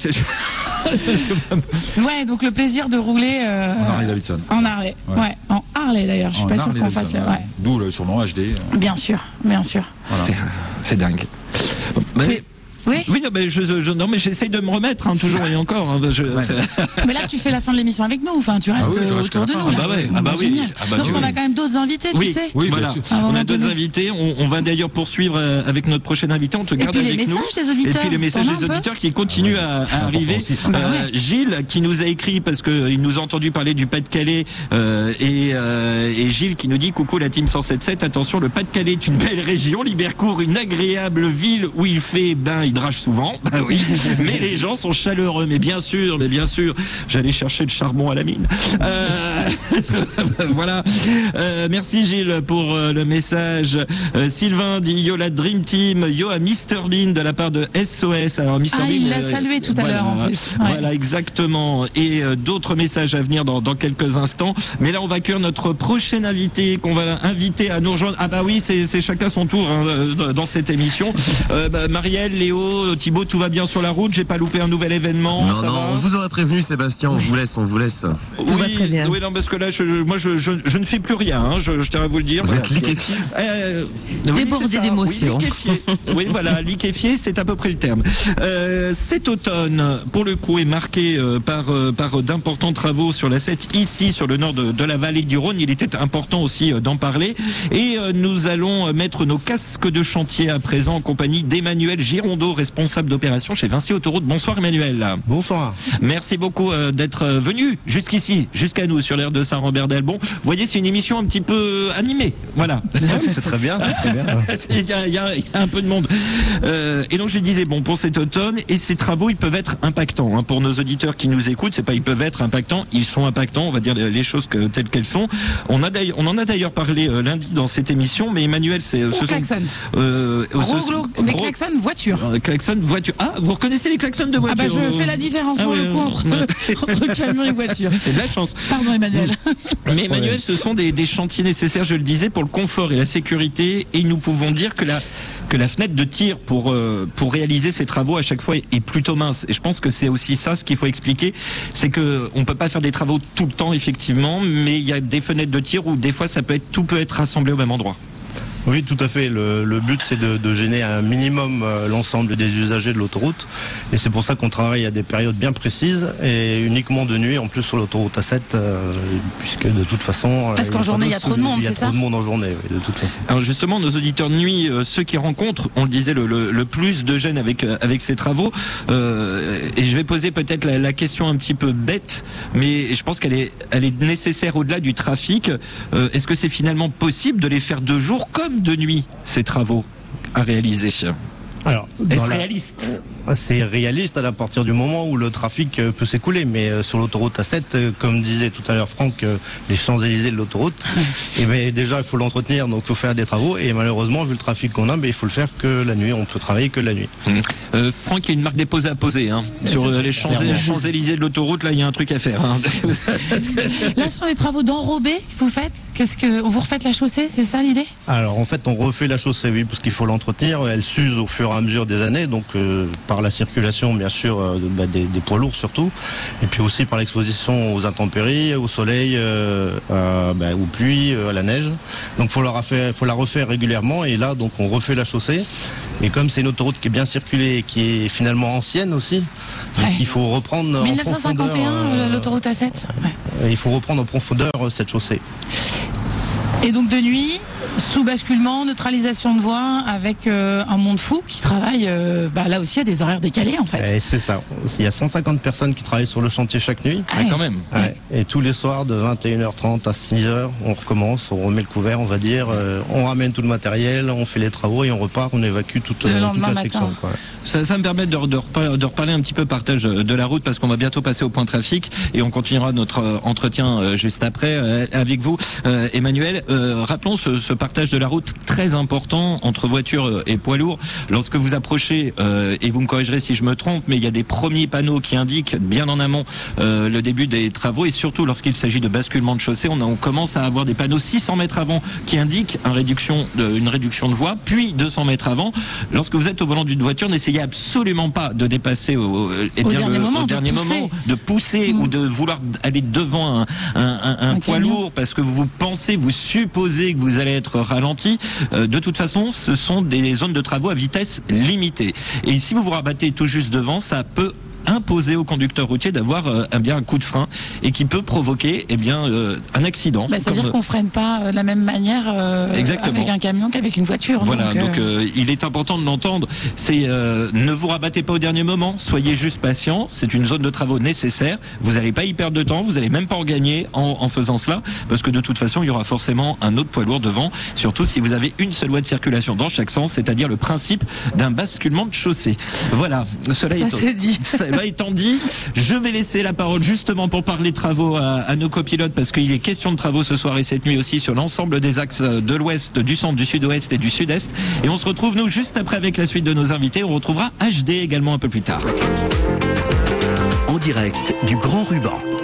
Ouais, donc le plaisir de rouler en Harley Davidson. En Harley. Ouais, en Harley d'ailleurs. Je suis pas sûr qu'on fasse le. Ouais. D'où le surnom HD. Bien sûr. Voilà. C'est dingue. Oui, non, mais j'essaye de me remettre, toujours et encore. Hein, mais là, tu fais la fin de l'émission avec nous. Enfin, tu restes autour de nous. Donc, on a quand même d'autres invités, tu sais. Oui, voilà. On a d'autres invités. On va d'ailleurs poursuivre avec notre prochain invité. On te garde avec nous. Et puis les messages des auditeurs qui continuent à arriver. Gilles, qui nous a écrit parce qu'il nous a entendu parler du Pas-de-Calais, et Gilles qui nous dit: coucou la team 107.7. Attention, le Pas-de-Calais est une belle région. Libercourt, une agréable ville où il fait il drache souvent, mais les gens sont chaleureux. Mais bien sûr, j'allais chercher le charbon à la mine. Voilà. Merci Gilles pour le message. Sylvain dit yo la Dream Team, yo à Mr Bean de la part de SOS. Alors Mr Bean, il l'a salué tout à l'heure en plus. Voilà, exactement. Et d'autres messages à venir dans quelques instants. Mais là, on va accueillir notre prochain invité qu'on va inviter à nous rejoindre. Ah bah oui, c'est chacun son tour dans cette émission. Marielle, Léo, Thibaut, tout va bien sur la route? J'ai pas loupé un nouvel événement? Non, on vous aurait prévenu, Sébastien, on vous laisse. Tout va très bien. Oui, non, parce que là, je ne fais plus rien, hein, je tiens à vous le dire. Vous êtes liquéfié. Débordé d'émotions. Oui, liquéfié. Oui, voilà, liquéfié, c'est à peu près le terme. Cet automne, pour le coup, est marqué par d'importants travaux sur la 7, ici, sur le nord de la vallée du Rhône. Il était important aussi d'en parler. Et nous allons mettre nos casques de chantier à présent en compagnie d'Emmanuel Girondeau, responsable d'opération chez Vinci Autoroute. Bonsoir Emmanuel. Bonsoir. Merci beaucoup d'être venu jusqu'ici, jusqu'à nous, sur l'aire de Saint-Rambert-d'Albon. Vous voyez, c'est une émission un petit peu animée. Voilà. C'est très bien. Il y a un peu de monde. Et donc je disais, pour cet automne, et ces travaux, ils peuvent être impactants. Hein, pour nos auditeurs qui nous écoutent, c'est pas ils peuvent être impactants, ils sont impactants, on va dire les choses telles qu'elles sont. On en a d'ailleurs parlé lundi dans cette émission, mais Emmanuel, c'est... klaxon. Les klaxons voiture. Klaxon voiture. Ah, vous reconnaissez les klaxons de voiture? Je fais la différence pour le coup entre camion et voiture. C'est de la chance. Pardon Emmanuel. Mais Emmanuel, ce sont des chantiers nécessaires, je le disais, pour le confort et la sécurité, et nous pouvons dire que la fenêtre de tir pour réaliser ces travaux à chaque fois est plutôt mince. Et je pense que c'est aussi ça ce qu'il faut expliquer, c'est que on peut pas faire des travaux tout le temps effectivement, mais il y a des fenêtres de tir où des fois tout peut être rassemblé au même endroit. Oui, tout à fait. Le but, c'est de gêner un minimum l'ensemble des usagers de l'autoroute. Et c'est pour ça qu'on travaille à des périodes bien précises et uniquement de nuit, en plus sur l'autoroute A7, puisque de toute façon... Parce qu'en journée, il y a trop de monde, c'est ça? Il y a trop de monde en journée, oui, de toute façon. Alors justement, nos auditeurs de nuit, ceux qui rencontrent, on le disait, le plus de gêne avec ces travaux, et je vais poser peut-être la question un petit peu bête, mais je pense qu'elle est nécessaire au-delà du trafic. Est-ce que c'est finalement possible de les faire de jour comme de nuit, ces travaux à réaliser? Alors, est-ce réaliste? C'est réaliste à partir du moment où le trafic peut s'écouler, mais sur l'autoroute A7, comme disait tout à l'heure Franck, les Champs-Élysées de l'autoroute, et bien déjà il faut l'entretenir, donc il faut faire des travaux, et malheureusement vu le trafic qu'on a, il faut le faire que la nuit, on peut travailler que la nuit. Franck, il y a une marque déposée à poser, hein. Sur les Champs-Élysées de l'autoroute, là il y a un truc à faire. Hein. Là ce sont les travaux d'enrobé que vous faites. Vous refaites la chaussée, c'est ça l'idée? Alors en fait on refait la chaussée, oui, parce qu'il faut l'entretenir, elle s'use au fur et à mesure des années, donc par la circulation bien sûr des poids lourds surtout, et puis aussi par l'exposition aux intempéries, au soleil, aux pluies, à la neige. Donc faut la refaire régulièrement, et là donc on refait la chaussée. Et comme c'est une autoroute qui est bien circulée et qui est finalement ancienne aussi, donc il faut reprendre 1951 l'autoroute A7. Il faut reprendre en profondeur cette chaussée. Et donc de nuit, sous basculement, neutralisation de voie, avec un monde fou qui travaille là aussi à des horaires décalés en fait. C'est ça. Il y a 150 personnes qui travaillent sur le chantier chaque nuit. Quand même. Ouais. Et tous les soirs de 21h30 à 6h, on recommence, on remet le couvert, on va dire, on ramène tout le matériel, on fait les travaux et on repart, on évacue toute la section. Quoi. Ça me permet de reparler un petit peu partage de la route, parce qu'on va bientôt passer au point trafic et on continuera notre entretien juste après avec vous, Emmanuel. Rappelons ce partage de la route très important entre voitures et poids lourds. Lorsque vous approchez, et vous me corrigerez si je me trompe, mais il y a des premiers panneaux qui indiquent bien en amont le début des travaux, et surtout lorsqu'il s'agit de basculement de chaussée, on commence à avoir des panneaux 600 mètres avant qui indiquent une réduction de voie, puis 200 mètres avant. Lorsque vous êtes au volant d'une voiture, n'essayez absolument pas de dépasser au dernier moment, de pousser ou de vouloir aller devant un poids lourd, parce que vous supposez que vous allez être ralenti. De toute façon, ce sont des zones de travaux à vitesse limitée. Et si vous vous rabattez tout juste devant, ça peut imposer au conducteur routier d'avoir un coup de frein, et qui peut provoquer un accident. C'est-à-dire qu'on freine pas de la même manière avec un camion qu'avec une voiture. Voilà, donc il est important de l'entendre. C'est ne vous rabattez pas au dernier moment, soyez juste patient. C'est une zone de travaux nécessaire. Vous n'allez pas y perdre de temps, vous n'allez même pas en gagner en faisant cela, parce que de toute façon il y aura forcément un autre poids lourd devant, surtout si vous avez une seule voie de circulation dans chaque sens, c'est-à-dire le principe d'un basculement de chaussée. Voilà, cela étant dit, je vais laisser la parole justement pour parler travaux à nos copilotes, parce qu'il est question de travaux ce soir et cette nuit aussi sur l'ensemble des axes de l'ouest, du centre, du sud-ouest et du sud-est. Et on se retrouve nous juste après avec la suite de nos invités. On retrouvera HD également un peu plus tard. En direct du Grand Ruban.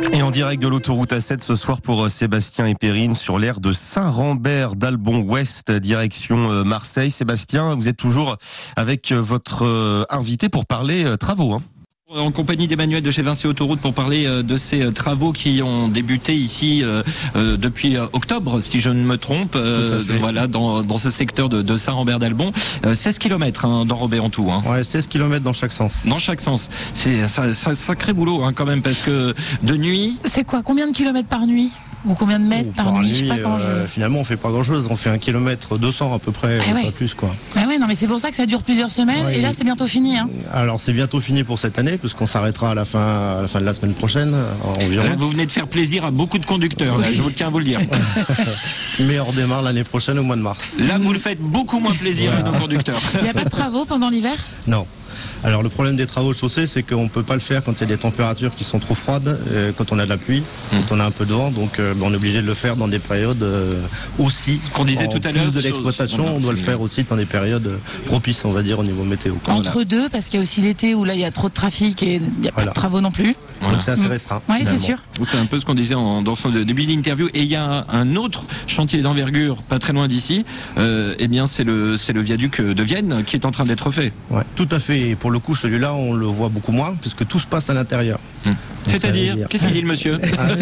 Et en direct de l'autoroute A7 ce soir pour Sébastien et Perrine sur l'aire de Saint-Rambert-d'Albon-Ouest, direction Marseille. Sébastien, vous êtes toujours avec votre invité pour parler travaux, hein. En compagnie d'Emmanuel de chez Vinci Autoroute pour parler de ces travaux qui ont débuté ici depuis octobre, si je ne me trompe, voilà, dans ce secteur de Saint-Rambert-d'Albon. 16 km d'enrobé en tout. Hein. Ouais, 16 km dans chaque sens. Dans chaque sens. C'est un sacré boulot quand même, parce que de nuit... C'est quoi? Combien de kilomètres par nuit? Ou combien de mètres par nuit? Je sais pas comment finalement, on fait pas grand-chose. On fait 1 km 200 à peu près, pas plus, quoi. Ouais, non, mais c'est pour ça que ça dure plusieurs semaines. Ouais, et là, c'est bientôt fini. Hein. Alors, c'est bientôt fini pour cette année, puisqu'on s'arrêtera à la fin de la semaine prochaine environ. Là, vous venez de faire plaisir à beaucoup de conducteurs. Là, je vous tiens à vous le dire. Mais on redémarre l'année prochaine au mois de mars. Là, vous le faites beaucoup moins plaisir à nos conducteurs. Il n'y a pas de travaux pendant l'hiver? Non. Alors le problème des travaux de chaussée, c'est qu'on peut pas le faire quand il y a des températures qui sont trop froides, quand on a de la pluie, quand on a un peu de vent, donc on est obligé de le faire dans des périodes aussi. Qu'on disait tout à l'heure de l'exploitation, on doit le faire aussi dans des périodes propices, on va dire, au niveau météo. Entre deux, parce qu'il y a aussi l'été où là il y a trop de trafic et il n'y a pas de travaux non plus. Voilà. Donc c'est assez restreint. Oui, c'est sûr. C'est un peu ce qu'on disait dans son début d'interview. Et il y a un autre chantier d'envergure, pas très loin d'ici. Eh bien, c'est le viaduc de Vienne qui est en train d'être fait. Ouais, tout à fait. Et pour le coup, celui-là, on le voit beaucoup moins, puisque tout se passe à l'intérieur. C'est-à-dire, qu'est-ce qu'il dit le monsieur?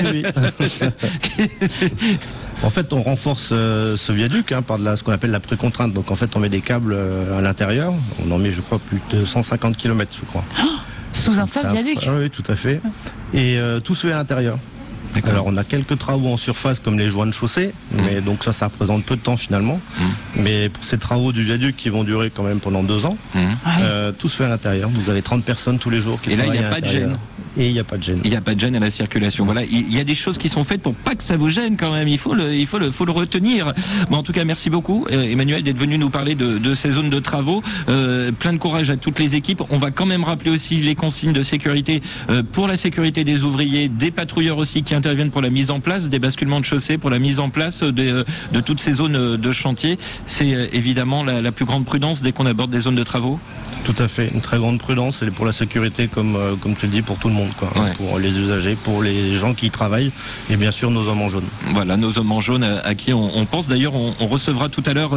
En fait, on renforce ce viaduc par ce qu'on appelle la précontrainte. Donc, en fait, on met des câbles à l'intérieur. On en met, je crois, plus de 150 km, je crois. Sous un seul viaduc? Oui, tout à fait. Et tout se fait à l'intérieur. Alors on a quelques travaux en surface comme les joints de chaussée, mais donc ça représente peu de temps finalement. Mais pour ces travaux du viaduc qui vont durer quand même pendant 2 ans, tout se fait à l'intérieur. Vous avez 30 personnes tous les jours qui travaillent à l'intérieur. Et là il n'y a pas de gêne. Et il n'y a pas de gêne. Il n'y a pas de gêne à la circulation. Voilà, il y a des choses qui sont faites pour pas que ça vous gêne quand même. Il faut le retenir. Bon, en tout cas, merci beaucoup, Emmanuel, d'être venu nous parler de ces zones de travaux. Plein de courage à toutes les équipes. On va quand même rappeler aussi les consignes de sécurité pour la sécurité des ouvriers, des patrouilleurs aussi qui interviennent pour la mise en place des basculements de chaussée, pour la mise en place de toutes ces zones de chantier. C'est évidemment la plus grande prudence dès qu'on aborde des zones de travaux. Tout à fait, une très grande prudence et pour la sécurité comme tu le dis pour tout le monde, quoi. Ouais. Pour les usagers, pour les gens qui y travaillent et bien sûr nos hommes en jaune. Voilà, nos hommes en jaune à qui on pense. D'ailleurs, on recevra tout à l'heure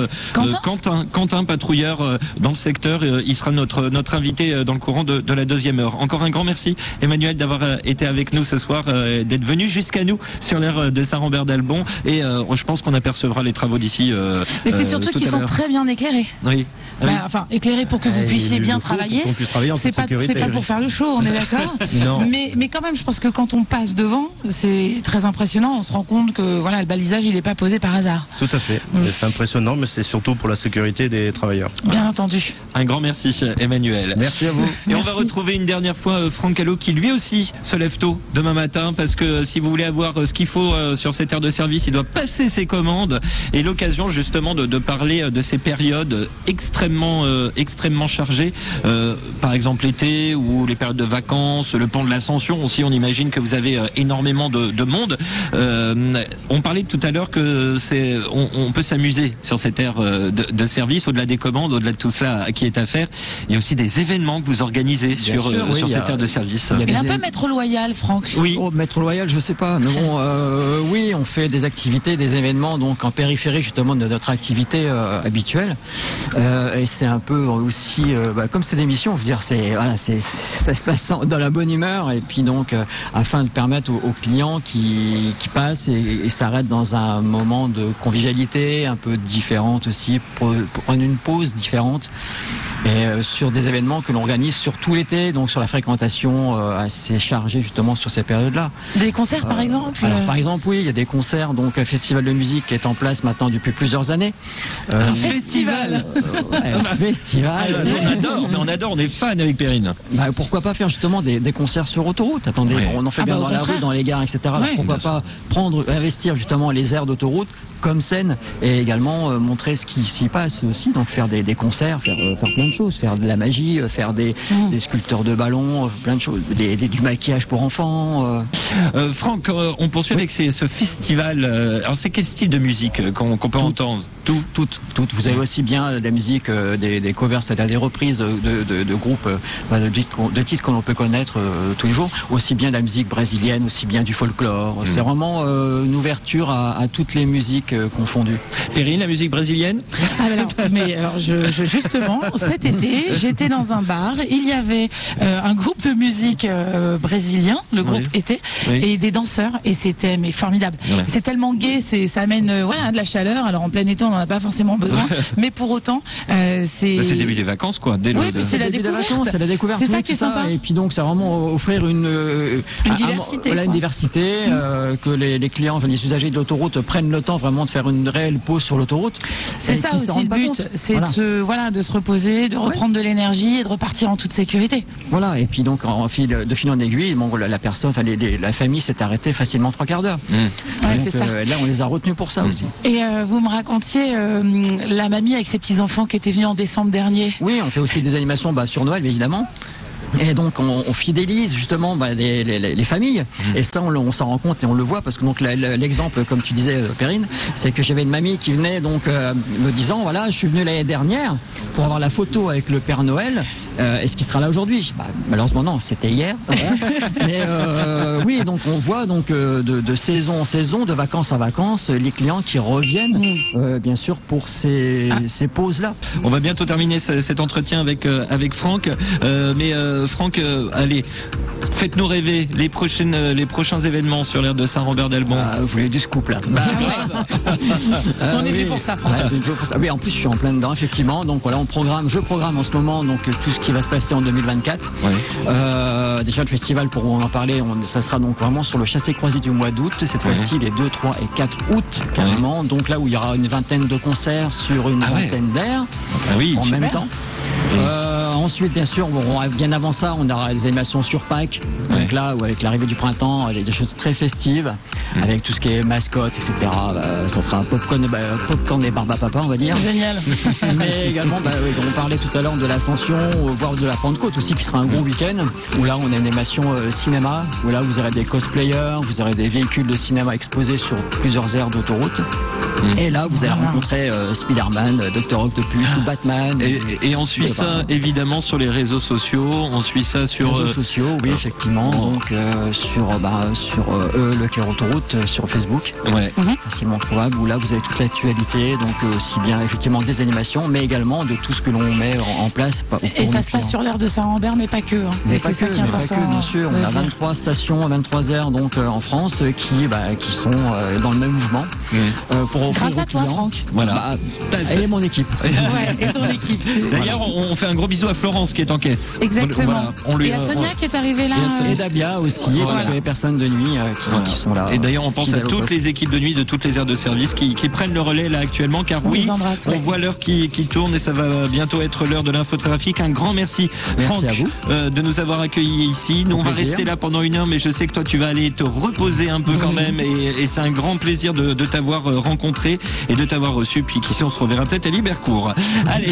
Quentin, patrouilleur dans le secteur. Il sera notre invité dans le courant de la 2e heure. Encore un grand merci, Emmanuel, d'avoir été avec nous ce soir, d'être venu jusqu'à nous sur l'aire de Saint-Rambert-d'Albon. Et je pense qu'on apercevra les travaux d'ici. Mais c'est surtout qu'ils sont très bien éclairés. Oui. Enfin, éclairés pour que vous puissiez bien travailler. C'est pas pour faire le show, on est d'accord. Non. Mais quand même, je pense que quand on passe devant, c'est très impressionnant. On se rend compte que voilà, le balisage, il n'est pas posé par hasard. Tout à fait. C'est impressionnant, mais c'est surtout pour la sécurité des travailleurs. Bien entendu. Un grand merci, Emmanuel. Merci à vous. Et on va retrouver une dernière fois Franck Callot qui lui aussi se lève tôt demain matin, parce que si vous voulez avoir ce qu'il faut sur cette aire de service, il doit passer ses commandes. Et l'occasion justement de parler de ces périodes extrêmement chargées, par exemple l'été ou les périodes de vacances, le pont de l'Ascension aussi, on imagine que vous avez énormément de monde. On parlait tout à l'heure que on peut s'amuser sur cette aire de service, au-delà des commandes, au-delà de tout cela qui est à faire. Il y a aussi des événements que vous organisez sur cette aire de service. Il est un peu maître loyal, Franck. Oui. Oh, maître loyal, je sais pas. Mais bon, oui, on fait des activités, des événements, donc en périphérie justement de notre activité habituelle. Et c'est un peu aussi, comme c'est l'émission, je veux dire, ça se passe dans la bonne humeur, et puis donc afin de permettre aux clients qui passent et s'arrêtent dans un moment de convivialité un peu différente aussi, pour prendre une pause différente, et sur des événements que l'on organise sur tout l'été, donc sur la fréquentation assez chargée justement sur ces périodes-là. Des concerts par exemple? Alors par exemple, oui, il y a des concerts, donc un festival de musique qui est en place maintenant depuis plusieurs années. Un festival. Festival. On adore, on est fan avec Perrine. Pourquoi pas faire justement des concerts sur autoroute? Attendez, on en fait bien dans la rue, dans les gares, etc. Ouais, pourquoi pas investir justement les aires d'autoroute comme scène, et également montrer ce qui s'y passe aussi, donc faire des concerts, faire plein de choses, faire de la magie, faire des sculpteurs de ballons, plein de choses, du maquillage pour enfants. Franck, on poursuit avec ce festival. Alors c'est quel style de musique qu'on peut entendre? Tout. Vous avez aussi bien de la musique des covers, c'est-à-dire des reprises de groupes, de titres que l'on peut connaître tous les jours, aussi bien de la musique brésilienne, aussi bien du folklore. C'est vraiment une ouverture à toutes les musiques confondues. Perrine, la musique brésilienne? Justement, cet été, j'étais dans un bar, il y avait un groupe de musique brésilien, le groupe était, et des danseurs, et c'était formidable. Ouais. C'est tellement gai, ça amène de la chaleur. Alors en plein été, on n'en a pas forcément besoin, mais pour autant, c'est le début des vacances, quoi. Puis c'est la découverte. C'est la découverte. C'est ça qui est sympa. Et puis donc, c'est vraiment offrir une diversité, une diversité, que les clients, les usagers de l'autoroute prennent le temps vraiment de faire une réelle pause sur l'autoroute. C'est ça aussi le but, c'est de se reposer, de reprendre de l'énergie et de repartir en toute sécurité. Voilà. Et puis donc, de fil en aiguille, la personne, la famille s'est arrêtée facilement 3 quarts d'heure. C'est ça. Là, on les a retenus pour ça aussi. Et vous me racontiez la mamie avec ses petits enfants qui était venue en décembre dernier. Oui, on fait aussi des animations sur Noël, évidemment. Et donc on fidélise justement les familles, et ça on s'en rend compte et on le voit, parce que donc l'exemple, comme tu disais Perrine, c'est que j'avais une mamie qui venait donc me disant je suis venu l'année dernière pour avoir la photo avec le Père Noël, est-ce qu'il sera là aujourd'hui? Malheureusement non, c'était hier. Mais oui, donc on voit donc de saison en saison, de vacances en vacances, les clients qui reviennent bien sûr pour ces pauses là. On va bientôt terminer cet entretien avec Franck, mais Franck, allez, faites-nous rêver les prochains événements sur l'aire de Saint-Rambert-d'Albon. Vous voulez du scoop là? On est venu pour ça, Franck. Oui, en plus je suis en plein dedans, effectivement. Donc voilà, je programme en ce moment donc tout ce qui va se passer en 2024. Ouais. Déjà le festival, pour en parler, ça sera donc vraiment sur le chassé-croisé du mois d'août. Cette fois-ci, les 2, 3 et 4 août carrément. Donc là où il y aura une vingtaine de concerts sur une vingtaine d'aires en même temps. Ensuite, bien sûr, bien avant ça, on aura des animations sur Pâques. Donc là, avec l'arrivée du printemps, il y a des choses très festives, avec tout ce qui est mascotte, etc. Ça sera popcorn et barbe à papa, on va dire. Génial. Mais également, on parlait tout à l'heure de l'Ascension, voire de la Pentecôte aussi, qui sera un gros week-end, où là, on a une animation cinéma, où là, vous aurez des cosplayers, vous aurez des véhicules de cinéma exposés sur plusieurs aires d'autoroute. Et là, vous allez rencontrer Spider-Man, Dr. Octopus ou Batman. Et on suit ça évidemment sur les réseaux sociaux. On suit ça sur réseaux sociaux, oui, effectivement. Donc sur le Clair Autoroute sur Facebook, facilement trouvable. Où là, vous avez toute l'actualité, donc aussi bien effectivement des animations, mais également de tout ce que l'on met en place. Et ça se passe sur l'aire de Saint-Rambert, mais pas que. Mais c'est ça qui est important. Pas que, bien sûr. On a 23 stations, 23 aires donc en France qui sont dans le même mouvement. Grâce à toi, Franck. Voilà. Et mon équipe. Et ton équipe. D'ailleurs, on fait un gros bisou à Florence qui est en caisse. Exactement. Et à Sonia qui est arrivée là. Et Dabia aussi, et les personnes de nuit qui sont là. Et d'ailleurs, on pense à toutes les équipes de nuit de toutes les aires de service qui prennent le relais là actuellement, car on voit l'heure qui tourne et ça va bientôt être l'heure de l'infotrafic. Un grand merci, Franck, à vous. de nous avoir accueillis ici. Nous, on va rester là pendant 1 heure, mais je sais que toi, tu vas aller te reposer un peu quand même, et c'est un grand plaisir de t'avoir rencontré et de t'avoir reçu, puis qu'ici on se reverra peut-être à Libercourt. Allez,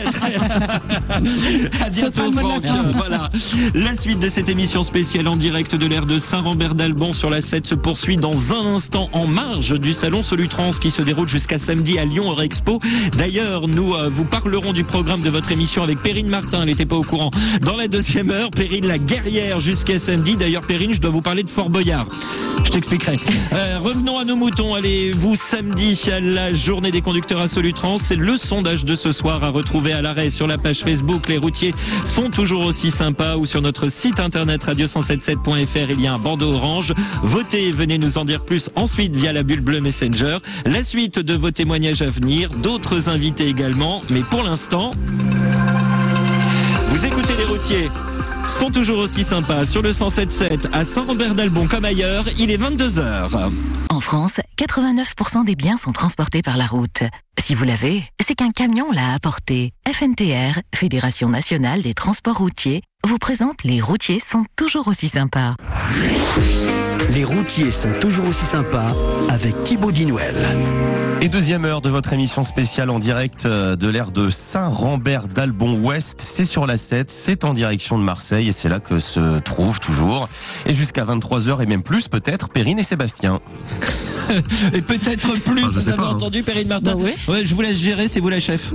à bientôt, Franck. Voilà. La suite de cette émission spéciale en direct de l'aire de Saint-Rambert-d'Albon sur la 7 se poursuit dans un instant en marge du salon Solutrans qui se déroule jusqu'à samedi à Lyon Eurexpo. D'ailleurs, nous vous parlerons du programme de votre émission avec Perrine Martin, elle n'était pas au courant. Dans la 2e heure, Perrine la guerrière jusqu'à samedi. D'ailleurs, Perrine, je dois vous parler de Fort Boyard. Je t'expliquerai. Revenons à nos moutons. Allez, vous, samedi, à la journée des conducteurs à Solutrans. C'est le sondage de ce soir à retrouver à l'arrêt sur la page Facebook. Les routiers sont toujours aussi sympas, ou sur notre site internet radio177.fr. Il y a un bandeau orange. Votez, venez nous en dire plus ensuite via la bulle bleue Messenger. La suite de vos témoignages à venir, d'autres invités également. Mais pour l'instant, vous écoutez les routiers sont toujours aussi sympas sur le 107.7 à Saint-Rambert-d'Albon comme ailleurs. Il est 22h. En France, 89% des biens sont transportés par la route. Si vous l'avez, c'est qu'un camion l'a apporté. FNTR, Fédération nationale des transports routiers, vous présente Les routiers sont toujours aussi sympas. Les routiers sont toujours aussi sympas avec Thibaut Dinouel. Et 2e heure de votre émission spéciale en direct de l'aire de Saint-Rambert-d'Albon-Ouest. C'est sur la 7, c'est en direction de Marseille et c'est là que se trouve toujours. Et jusqu'à 23h et même plus peut-être Perrine et Sébastien. Et peut-être plus, vous avez entendu, Perrine Martin. Bah oui. Ouais, je vous laisse gérer, c'est vous la chef.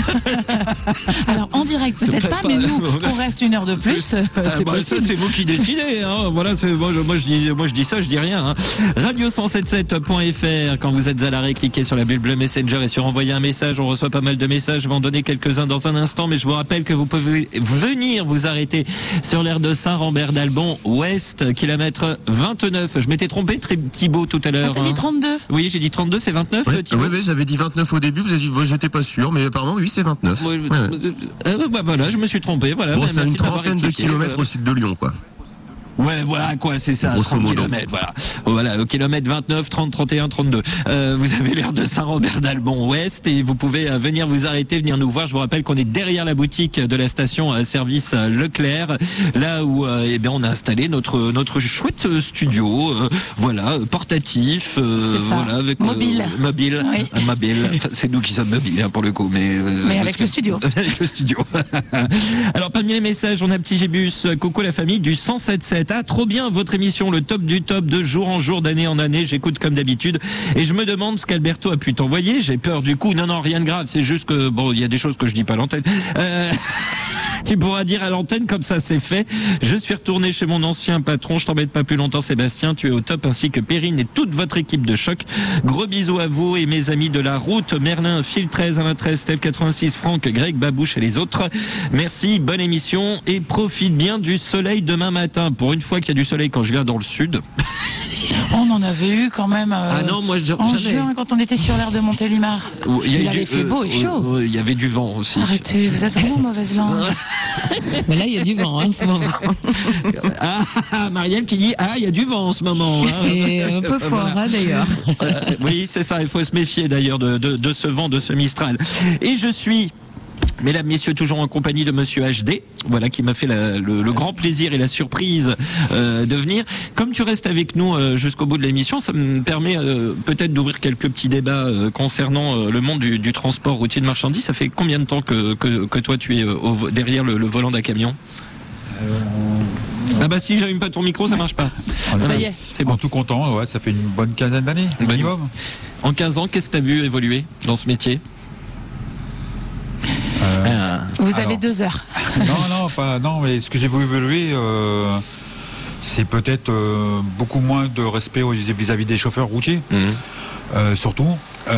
Alors, en direct, peut-être pas, mais nous, on reste une heure de plus, c'est possible. Ça, c'est vous qui décidez, hein. Voilà, moi, je dis ça, je dis rien, hein. Radio177.fr, quand vous êtes à l'arrêt, cliquez sur la bulle bleue Messenger et sur envoyer un message. On reçoit pas mal de messages. Je vais en donner quelques-uns dans un instant, mais je vous rappelle que vous pouvez venir vous arrêter sur l'aire de Saint-Rambert-d'Albon Ouest, kilomètre 29. Je m'étais trompé, Thibaut, tout à l'heure. T'as dit 32. Oui, j'ai dit 32, c'est 29, Thibaut. Oui, j'avais dit 29 au début, vous avez dit, j'étais pas sûr, mais apparemment, oui, c'est 29. Voilà, je me suis trompé, voilà. Bon, c'est une trentaine de kilomètres au sud de Lyon, quoi. Ouais, voilà, quoi, c'est ça, 30 kilomètres, voilà. Voilà, au kilomètre 29, 30, 31, 32. Vous avez l'aire de Saint-Robert-d'Albon Ouest et vous pouvez venir vous arrêter, venir nous voir. Je vous rappelle qu'on est derrière la boutique de la station service Leclerc, là où on a installé notre chouette studio, voilà, portatif, voilà, avec mobile. Oui. Mobile. Enfin, c'est nous qui sommes mobiles, hein, pour le coup, mais avec le studio. Avec le studio. Alors, parmi les messages, on a petit Gébus, coucou la famille du 107.7. Ah, trop bien votre émission, le top du top, de jour en jour, d'année en année. J'écoute comme d'habitude et je me demande ce qu'Alberto a pu t'envoyer. J'ai peur du coup. Non, rien de grave. C'est juste que bon, il y a des choses que je dis pas à l'antenne. Tu pourras dire à l'antenne, comme ça c'est fait. Je suis retourné chez mon ancien patron. Je t'embête pas plus longtemps, Sébastien. Tu es au top, ainsi que Perrine et toute votre équipe de choc. Gros bisous à vous et mes amis de la route. Merlin, Phil 13, Alain 13, Steph 86, Franck, Greg, Babouche et les autres. Merci, bonne émission et profite bien du soleil demain matin. Pour une fois qu'il y a du soleil quand je viens dans le sud. On en avait eu quand même ah non, moi, en juin quand on était sur l'aire de Montélimar. Il avait fait beau et chaud. Il y avait du vent aussi. Arrêtez, vous êtes vraiment mauvaise langue. Mais là, il y a du vent en ce moment. Marielle qui dit il y a du vent en ce moment. Hein. Et un peu fort, d'ailleurs. Oui, c'est ça. Il faut se méfier d'ailleurs de ce vent, de ce Mistral. Et je suis, mesdames, messieurs, toujours en compagnie de Monsieur HD, voilà, qui m'a fait le grand plaisir et la surprise de venir. Comme tu restes avec nous jusqu'au bout de l'émission, ça me permet peut-être d'ouvrir quelques petits débats concernant le monde du transport routier de marchandises. Ça fait combien de temps que toi tu es derrière le volant d'un camion? Ah bah si j'allume pas ton micro, ça marche pas. Ça y est. C'est bon. En tout comptant, ouais, ça fait une bonne quinzaine d'années minimum. En 15 ans, qu'est-ce que tu as vu évoluer dans ce métier? Vous avez 2 heures. Non, mais ce que j'ai voulu évoluer, c'est peut-être beaucoup moins de respect vis-à-vis des chauffeurs routiers, surtout.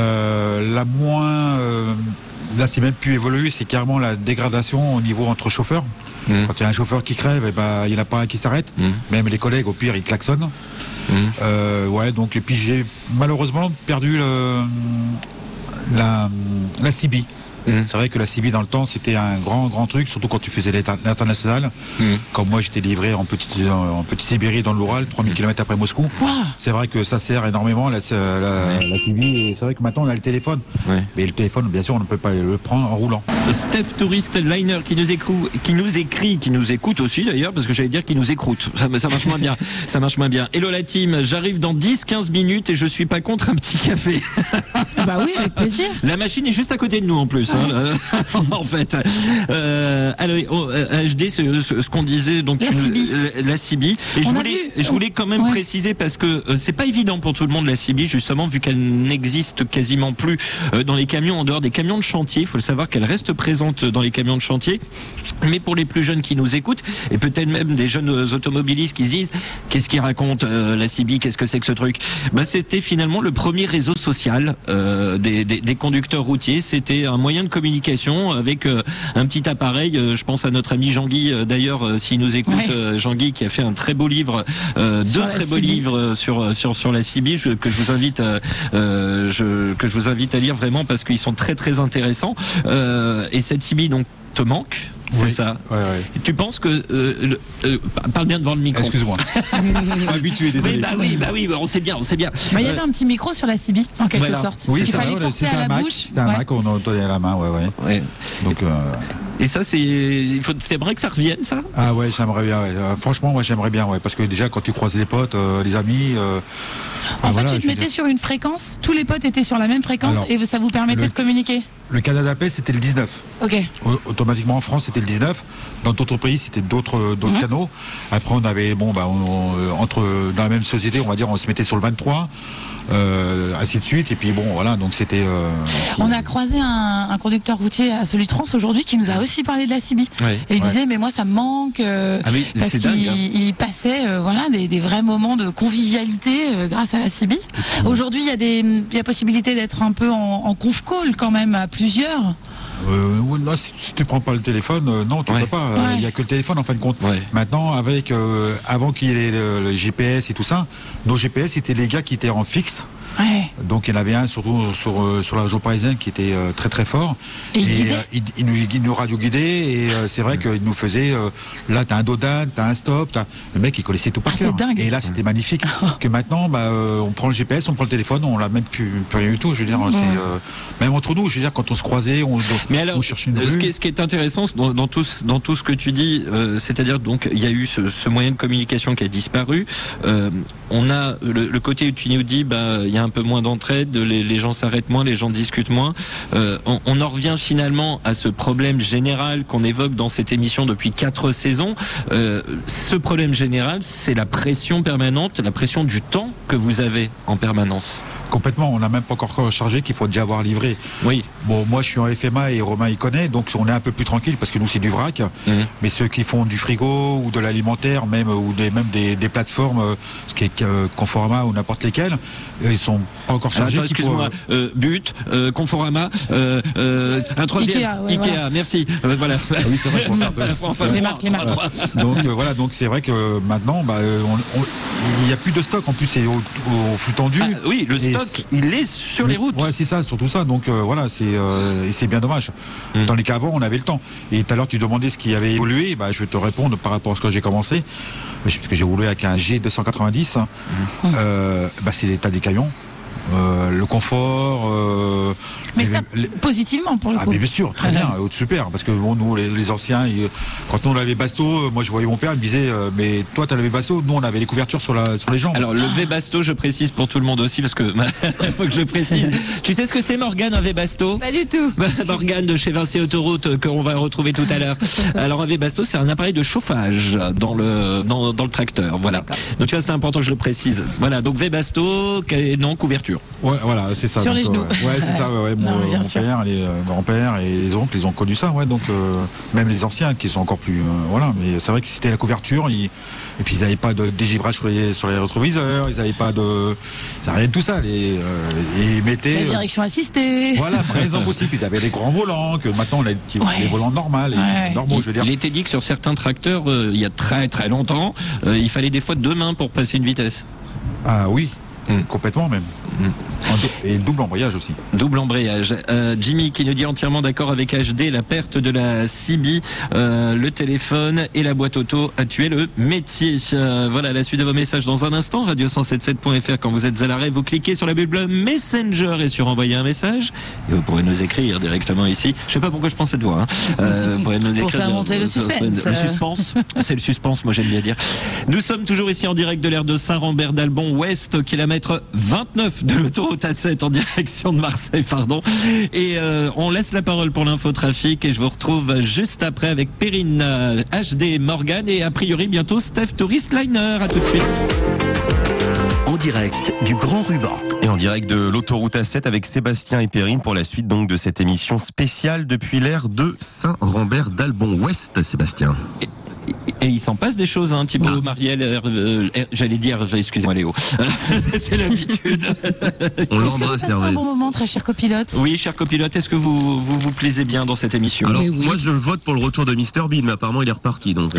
Là, c'est même pu évoluer, c'est carrément la dégradation au niveau entre chauffeurs. Quand il y a un chauffeur qui crève, il n'y en a pas un qui s'arrête. Même les collègues, au pire, ils klaxonnent. Donc, et puis j'ai malheureusement perdu la CB. C'est vrai que la CB dans le temps c'était un grand truc, surtout quand tu faisais l'international. Comme moi j'étais livré en petite Sibérie dans l'Oural, 3000 km après Moscou. Wow. C'est vrai que ça sert énormément la CB, et c'est vrai que maintenant on a le téléphone. Mais le téléphone, bien sûr, on ne peut pas le prendre en roulant. Steph Tourist Liner qui nous écoute aussi d'ailleurs, parce que j'allais dire qu'il nous écroute. Ça marche moins bien. Ça marche moins bien. Hello la team, j'arrive dans 10-15 minutes et je suis pas contre un petit café. Bah oui, avec plaisir. La machine est juste à côté de nous en plus. En fait, alors HD, ce qu'on disait, donc la CB. Et je voulais quand même préciser, parce que c'est pas évident pour tout le monde la CB, justement, vu qu'elle n'existe quasiment plus dans les camions, en dehors des camions de chantier. Il faut le savoir qu'elle reste présente dans les camions de chantier. Mais pour les plus jeunes qui nous écoutent, et peut-être même des jeunes automobilistes qui se disent qu'est-ce qu'ils racontent la CB, qu'est-ce que c'est que ce truc? C'était finalement le premier réseau social des conducteurs routiers. C'était un moyen de communication avec un petit appareil. Je pense à notre ami Jean-Guy d'ailleurs, s'il nous écoute, Jean-Guy qui a fait un très beau livre, 2 très beaux livres sur la CB que je vous invite à lire vraiment, parce qu'ils sont très très intéressants. Et cette CB donc te manque? C'est ça. Ouais. Tu penses que parle bien devant le micro. Excuse-moi. Habitué, désolé. Oui, on sait bien. Il y avait un petit micro sur la CB en quelque sorte. Oui, il fallait porter à la bouche. C'était un Mac, on tenait à la main, ouais. Donc. Et ça, t'aimerais que ça revienne, ça? Ah ouais, j'aimerais bien. Ouais. Franchement, moi, j'aimerais bien, parce que déjà, quand tu croises les potes, les amis. En fait, tu te mettais sur une fréquence, tous les potes étaient sur la même fréquence et ça vous permettait de communiquer. Le Canada Play, c'était le 19. Ok. Automatiquement en France, c'était le 19. Dans d'autres pays, c'était d'autres canaux. Après, on avait, entre dans la même société, on va dire, on se mettait sur le 23. Ainsi de suite, et puis bon, voilà, donc c'était. On a croisé un conducteur routier à Solutrans aujourd'hui qui nous a aussi parlé de la CB. Et il disait, mais moi ça me manque parce qu'il passait des vrais moments de convivialité grâce à la CB. Aujourd'hui, il y a possibilité d'être un peu en conf call quand même à plusieurs. Là, si tu prends pas le téléphone, non, tu peux pas. Il y a que le téléphone en fin de compte. Maintenant, avec avant qu'il y ait le GPS et tout ça, nos GPS c'était les gars qui étaient en fixe. Donc il y en avait un surtout sur la région parisienne qui était très très fort. Et il nous radio-guidait et c'est vrai qu'il nous faisait là t'as un dodan, t'as un stop, le mec il connaissait tout par cœur. Et là c'était magnifique. Que maintenant on prend le GPS, on prend le téléphone, on l'a même plus rien du tout. Je veux dire, c'est même entre nous, je veux dire quand on se croisait, mais alors, on cherchait une rue. Ce qui est intéressant dans tout ce que tu dis, c'est-à-dire donc il y a eu ce moyen de communication qui a disparu. On a le côté où tu nous dis il y a un peu moins d'entraide, les gens s'arrêtent moins, les gens discutent moins. On en revient finalement à ce problème général qu'on évoque dans cette émission depuis 4 saisons. Ce problème général, c'est la pression permanente, la pression du temps que vous avez en permanence. Complètement, on n'a même pas encore chargé qu'il faut déjà avoir livré. Oui. Bon, moi je suis en FMA et Romain il connaît, donc on est un peu plus tranquille parce que nous c'est du vrac. Mais ceux qui font du frigo ou de l'alimentaire, même des plateformes, ce qui est Conforama ou n'importe lesquelles, ils sont pas encore chargés. Attends, excuse-moi, But, Conforama, un troisième, Ikea, merci. Voilà. Ah oui, c'est vrai. Les marques. Donc voilà, donc c'est vrai que maintenant, il n'y a plus de stock. En plus, c'est au flux tendu. Oui, le stock, il est sur les routes. Ouais, c'est ça, surtout ça. Donc voilà, c'est bien dommage. Dans les cas avant, on avait le temps. Et tout à l'heure, tu demandais ce qui avait évolué. Je vais te répondre par rapport à ce que j'ai commencé. Parce que j'ai roulé avec un G290. C'est l'état des camions. Le confort. Mais ça, positivement pour le coup. Mais bien sûr, très bien, super. Parce que nous, les anciens, quand on avait Basto, moi je voyais mon père, il me disait, mais toi t'as le Basto, nous on avait les couvertures sur les jambes. Alors le V-Basto, je précise pour tout le monde aussi, parce que faut que je le précise. Tu sais ce que c'est, Morgane, un V-Basto? Pas du tout. Morgane de chez Vinci Autoroute, qu'on va retrouver tout à l'heure. Alors un V-Basto, c'est un appareil de chauffage dans le tracteur. Voilà. Donc tu vois, c'est important que je le précise. Voilà. Donc V-Basto, non couverture. Ouais, voilà, c'est ça. Sur les genoux. Ouais, c'est ça. Mon père, les grands-pères et les oncles, ils ont connu ça. Ouais, donc même les anciens qui sont encore plus. Voilà, mais c'est vrai que c'était la couverture. Et puis ils n'avaient pas de dégivrage sur les rétroviseurs. Ils n'avaient pas de. Ça rien de tout ça. Ils mettaient. La direction assistée. Voilà, par exemple aussi. Puis ils avaient des grands volants. Que maintenant on a des volants normaux. Normaux, je veux dire. Il était dit que sur certains tracteurs, il y a très très longtemps, il fallait des fois 2 mains pour passer une vitesse. Ah oui. Complètement même. Et double embrayage aussi. Double embrayage. Jimmy qui nous dit entièrement d'accord avec HD, la perte de la CB, le téléphone et la boîte auto a tué le métier. Voilà la suite de vos messages dans un instant. Radio177.fr, quand vous êtes à l'arrêt, vous cliquez sur la bulle Messenger et sur envoyer un message. Et vous pourrez nous écrire directement ici. Je sais pas pourquoi je prends cette voix. Vous pourrez nous écrire. Pour faire monter le suspense. Le suspense. C'est le suspense, moi j'aime bien dire. Nous sommes toujours ici en direct de l'aire de Saint-Rambert-d'Albon-Ouest, kilomètre 29 de l'autoroute A7 en direction de Marseille, pardon. Et on laisse la parole pour l'infotrafic et je vous retrouve juste après avec Perrine, HD, Morgane et a priori bientôt Steph Tourist Liner. À tout de suite. En direct du Grand Ruban. Et en direct de l'autoroute A7 avec Sébastien et Perrine pour la suite donc de cette émission spéciale depuis l'aire de Saint-Rambert-d'Albon-Ouest, Sébastien. Et il s'en passe des choses, Thibaut, Marielle, j'allais dire, excusez-moi Léo, c'est l'habitude. On l'embrasse, Hervé. C'est un bon moment, très cher copilote. Oui, cher copilote, est-ce que vous plaisez bien dans cette émission? Alors, moi je vote pour le retour de Mr Bean, mais apparemment il est reparti, donc...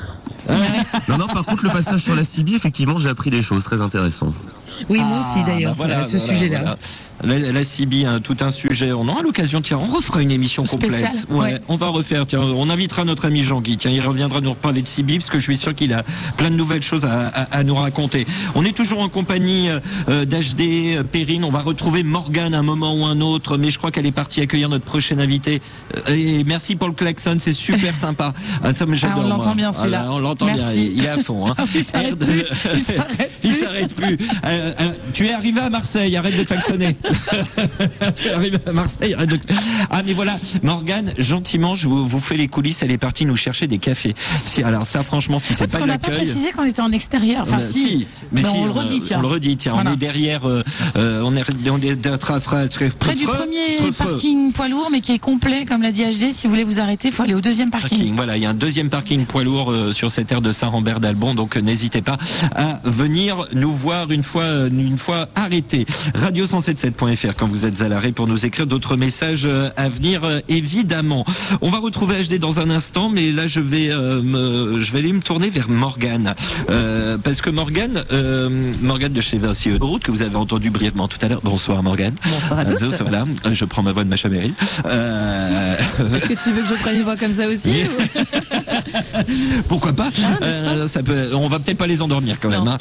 Non, par contre, le passage sur la CB, effectivement, j'ai appris des choses très intéressantes. Oui, moi aussi d'ailleurs, ce sujet-là. Voilà. La CB, tout un sujet. On aura l'occasion, tiens, on refera une émission spéciale, complète. Ouais, on va refaire. Tiens, on invitera notre ami Jean-Guy. Tiens, il reviendra nous reparler de CB parce que je suis sûr qu'il a plein de nouvelles choses à nous raconter. On est toujours en compagnie d'HD, Perrine. On va retrouver Morgane à un moment ou un autre, mais je crois qu'elle est partie accueillir notre prochaine invité. Et merci pour le klaxon, c'est super sympa. Ça me j'adore. On l'entend bien celui-là. On l'entend bien. Il est à fond. Il s'arrête plus. Il s'arrête plus. Tu es arrivé à Marseille, arrête de klaxonner. Tu es arrivé à Marseille, arrête de... Ah mais voilà, Morgane, gentiment, je vous fais les coulisses, elle est partie nous chercher des cafés. Si, alors ça franchement, si c'est pas de l'accueil... Parce qu'on n'a pas précisé qu'on était en extérieur, enfin si. Mais ben, si, on le redit, tiens. On le redit, tiens, voilà. On est derrière, on est près du premier parking poids lourd, mais qui est complet, comme l'a dit HD. Si vous voulez vous arrêter, il faut aller au deuxième parking. Voilà, il y a un deuxième parking poids lourd sur cette aire de Saint-Rambert-d'Albon, donc n'hésitez pas à venir nous voir une fois arrêté. Radio177.fr quand vous êtes à l'arrêt pour nous écrire d'autres messages à venir, évidemment. On va retrouver HD dans un instant, mais là je vais aller me tourner vers Morgane, parce que Morgane de chez Vinci Autoroute, que vous avez entendu brièvement tout à l'heure. Bonsoir Morgane. Bonsoir à tous. Voilà, je prends ma voix de Macha Meryl. Est-ce que tu veux que je prenne une voix comme ça aussi Pourquoi pas, ça peut, on va peut-être pas les endormir quand même.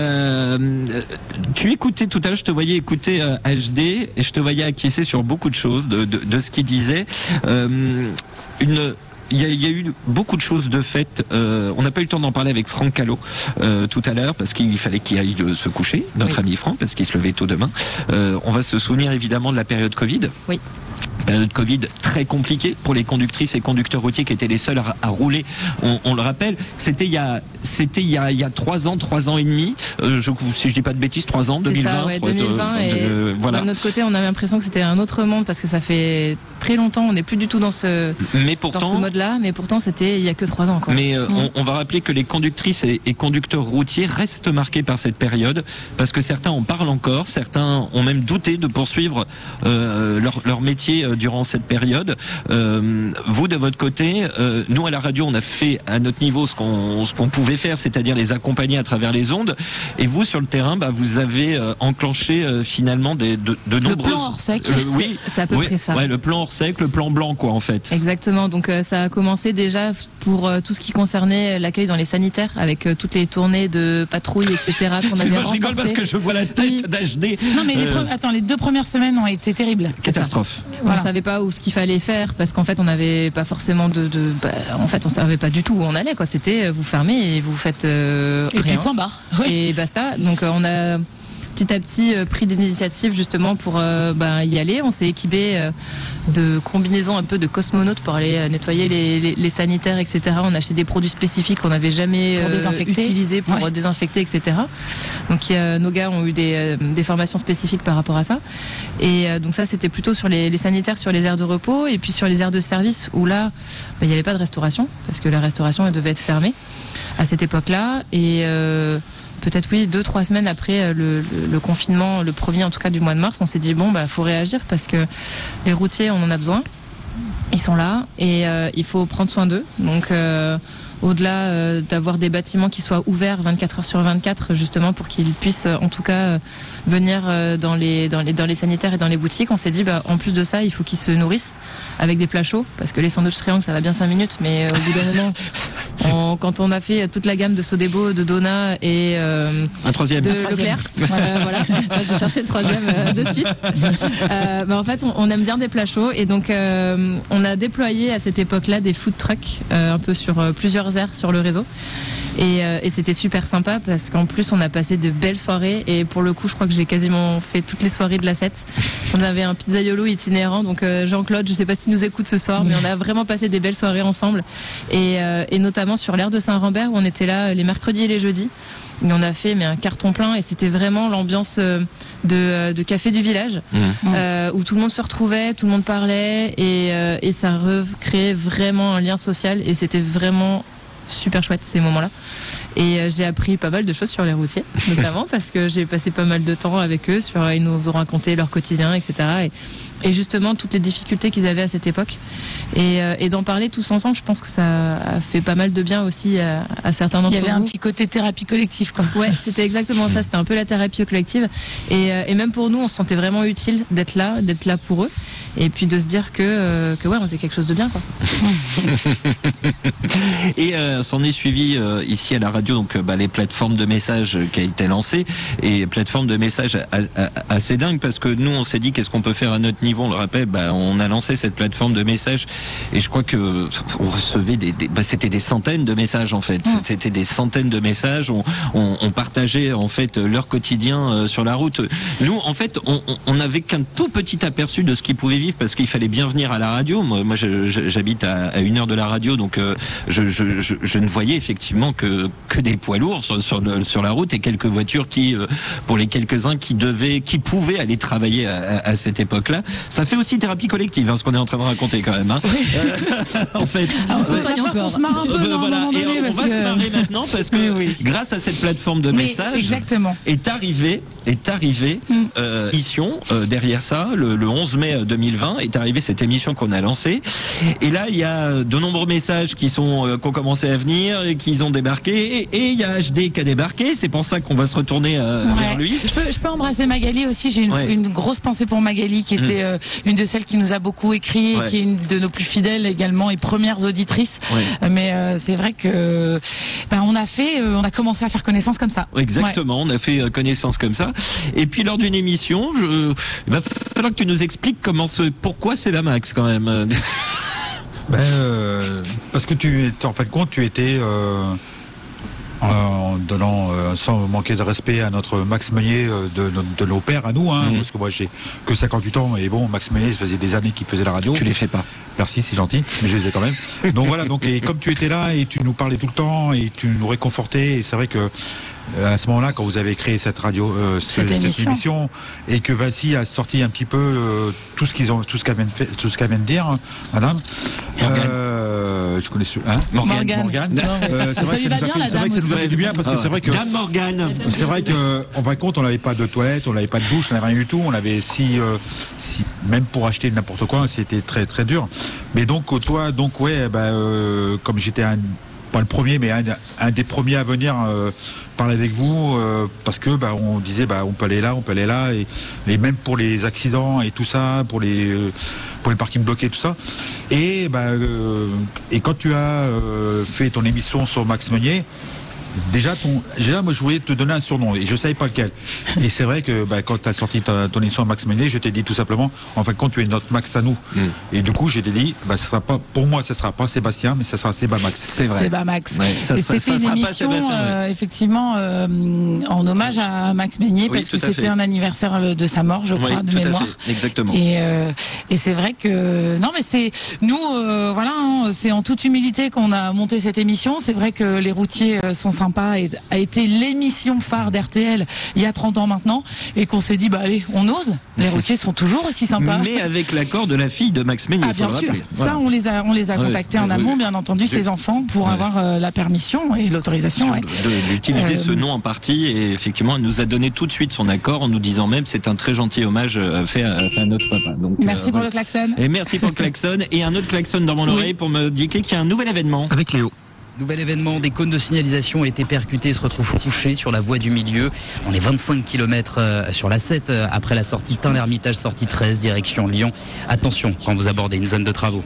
Tu écoutais tout à l'heure, je te voyais écouter HD et je te voyais acquiescer sur beaucoup de choses de ce qu'il disait. Il y a eu beaucoup de choses de fait. On n'a pas eu le temps d'en parler avec Franck Callot tout à l'heure parce qu'il fallait qu'il aille se coucher, notre ami Franck, parce qu'il se levait tôt demain. On va se souvenir évidemment de la période Covid. Oui. Période Covid très compliquée pour les conductrices et conducteurs routiers qui étaient les seuls à rouler. On le rappelle, c'était il y a 3 ans et demi. Si je dis pas de bêtises, 3 ans, 2020. Ça, ouais, 2020. Voilà. De notre côté, on avait l'impression que c'était un autre monde parce que ça fait très longtemps. On n'est plus du tout dans ce mode-là. Mais pourtant, c'était il y a que 3 ans. Quoi. Mais on va rappeler que les conductrices et conducteurs routiers restent marqués par cette période parce que certains en parlent encore, certains ont même douté de poursuivre leur métier durant cette période. Vous de votre côté, nous à la radio, on a fait à notre niveau ce qu'on pouvait faire, c'est-à-dire les accompagner à travers les ondes. Et vous sur le terrain, vous avez enclenché finalement de nombreuses. Le plan hors sec. Oui, c'est à peu près ça. Ouais, le plan hors sec, le plan blanc, quoi, en fait. Exactement. Donc ça a commencé déjà pour tout ce qui concernait l'accueil dans les sanitaires, avec toutes les tournées de patrouilles, etc. qu'on avait renforcées. Je rigole parce que je vois la tête d'HD. Non mais les 2 premières semaines ont été terribles. Catastrophe. On savait pas où ce qu'il fallait faire parce qu'en fait on n'avait pas forcément en fait on savait pas du tout où on allait, quoi. C'était vous fermez et vous faites rien. Et puis point barre. Et basta. Donc on a petit à petit pris des initiatives justement pour y aller. On s'est équipé de combinaisons un peu de cosmonautes pour aller nettoyer les sanitaires, etc. On a acheté des produits spécifiques qu'on n'avait jamais utilisés pour désinfecter, etc. Donc nos gars ont eu des formations spécifiques par rapport à ça. Et donc ça c'était plutôt sur les sanitaires, sur les aires de repos et puis sur les aires de service où là il n'y avait pas de restauration parce que la restauration elle devait être fermée à cette époque-là. Et peut-être 2-3 semaines après le confinement, le premier en tout cas du mois de mars, on s'est dit faut réagir parce que les routiers on en a besoin, ils sont là et il faut prendre soin d'eux. Donc au-delà d'avoir des bâtiments qui soient ouverts 24 heures sur 24 justement pour qu'ils puissent en tout cas venir dans les sanitaires et dans les boutiques, on s'est dit en plus de ça il faut qu'ils se nourrissent avec des plats chauds parce que les sandwichs triangles ça va bien 5 minutes mais au bout d'un moment quand on a fait toute la gamme de Sodebo, de Dona et un troisième de Leclerc, voilà. J'ai cherché le troisième de suite. En fait on aime bien des plats chauds et donc on a déployé à cette époque-là des food trucks un peu sur plusieurs aires sur le réseau. Et c'était super sympa parce qu'en plus on a passé de belles soirées et pour le coup je crois que j'ai quasiment fait toutes les soirées de la 7. On avait un pizzaiolo itinérant, donc Jean-Claude, je sais pas si tu nous écoutes ce soir, mais on a vraiment passé des belles soirées ensemble et notamment sur l'aire de Saint-Rambert où on était là les mercredis et les jeudis. Et on a fait un carton plein et c'était vraiment l'ambiance de café du village où tout le monde se retrouvait, tout le monde parlait et ça recréait vraiment un lien social et c'était vraiment super chouette ces moments-là. Et j'ai appris pas mal de choses sur les routiers, notamment parce que j'ai passé pas mal de temps avec eux. Ils nous ont raconté leur quotidien, etc. Et justement toutes les difficultés qu'ils avaient à cette époque. Et d'en parler tous ensemble, je pense que ça a fait pas mal de bien aussi à certains d'entre vous. Il y avait un petit côté thérapie collective, quoi. Ouais, c'était exactement ça. C'était un peu la thérapie collective. Et même pour nous, on se sentait vraiment utile d'être là pour eux. Et puis de se dire que on faisait quelque chose de bien, quoi. Et s'en est suivi ici à la radio, donc les plateformes de messages qui a été lancée, et plateforme de messages assez dingue, parce que nous on s'est dit qu'est-ce qu'on peut faire à notre niveau. On le rappelle, on a lancé cette plateforme de messages, et je crois que on recevait c'était des centaines de messages en fait. C'était des centaines de messages. On partageait en fait leur quotidien sur la route. Nous en fait on n'avait qu'un tout petit aperçu de ce qu'ils pouvaient vivre, parce qu'il fallait bien venir à la radio. Moi j'habite à 1 heure de la radio, donc je ne voyais effectivement que des poids lourds sur la route, et quelques voitures qui, pour les quelques-uns qui pouvaient aller travailler à cette époque-là. Ça fait aussi thérapie collective, ce qu'on est en train de raconter quand même. En fait, on se marre un peu, voilà. Et on va se marrer maintenant, parce que grâce à cette plateforme de messages, est arrivé émission derrière ça, le 11 mai 2020 est arrivée cette émission qu'on a lancée, et là il y a de nombreux messages qui ont commencé à venir et qui ont débarqué, et il y a HD qui a débarqué. C'est pour ça qu'on va se retourner vers lui. Je peux embrasser Magali aussi. J'ai une grosse pensée pour Magali, qui était une de celles qui nous a beaucoup écrit, et qui est une de nos plus fidèles également et premières auditrices. Mais c'est vrai que on a commencé à faire connaissance comme ça. Exactement, on a fait connaissance comme ça. Et puis lors d'une émission, il va falloir que tu nous expliques pourquoi c'est la Max quand même. Parce que en fin de compte, tu étais en donnant, sans manquer de respect à notre Max Meunier de nos pères à nous, parce que moi j'ai que 58 ans, et bon, Max Meunier, ça faisait des années qu'il faisait la radio. Tu les fais pas. Merci, c'est gentil, mais je les ai quand même. Donc voilà, et comme tu étais là et tu nous parlais tout le temps et tu nous réconfortais, et c'est vrai que à ce moment-là, quand vous avez créé cette radio, cette émission, et que Vinci a sorti un petit peu tout ce qu'elle vient de dire, madame. Je connais Morgane. C'est vrai que ça nous a fait du bien, parce que c'est vrai que Dame Morgane. C'est vrai que en fin de compte, on n'avait pas de toilette, on n'avait pas de douche, on n'avait rien du tout. On avait même pour acheter n'importe quoi, c'était très très dur. Mais donc toi, comme j'étais pas le premier, mais un des premiers à venir parler avec vous, parce que on disait on peut aller là, et même pour les accidents et tout ça, pour les parkings bloqués, tout ça. Et quand tu as fait ton émission sur Max Meunier, déjà moi je voulais te donner un surnom et je savais pas lequel. Et c'est vrai que quand tu as sorti ton émission Max Meunier, je t'ai dit tout simplement, en fin de compte, tu es notre Max à nous. Et du coup je t'ai dit, ça sera pas, pour moi ça sera pas Sébastien, mais ça sera Sébamax. C'est vrai. Sébamax. C'était une émission effectivement en hommage à Max Meunier, parce que c'était un anniversaire de sa mort, je crois, de mémoire. Exactement. Et c'est vrai que mais c'est nous c'est en toute humilité qu'on a monté cette émission. C'est vrai que les routiers sont sympa, et a été l'émission phare d'RTL il y a 30 ans maintenant, et qu'on s'est dit allez, on ose, les routiers sont toujours aussi sympas. Mais avec l'accord de la fille de Max Meunier, bien sûr. Ça, on les a contactés en amont, bien entendu, ses enfants, pour avoir la permission et l'autorisation d'utiliser ce nom en partie, et effectivement elle nous a donné tout de suite son accord en nous disant même c'est un très gentil hommage fait à notre papa. Donc merci pour le klaxon. Et merci pour le klaxon, et un autre klaxon dans mon oreille pour me dire qu'il y a un nouvel événement avec Léo. Nouvel événement, des cônes de signalisation ont été percutés et se retrouvent couchés sur la voie du milieu. On est 25 km sur la 7 après la sortie Tain-l'Hermitage, sortie 13, direction Lyon. Attention quand vous abordez une zone de travaux.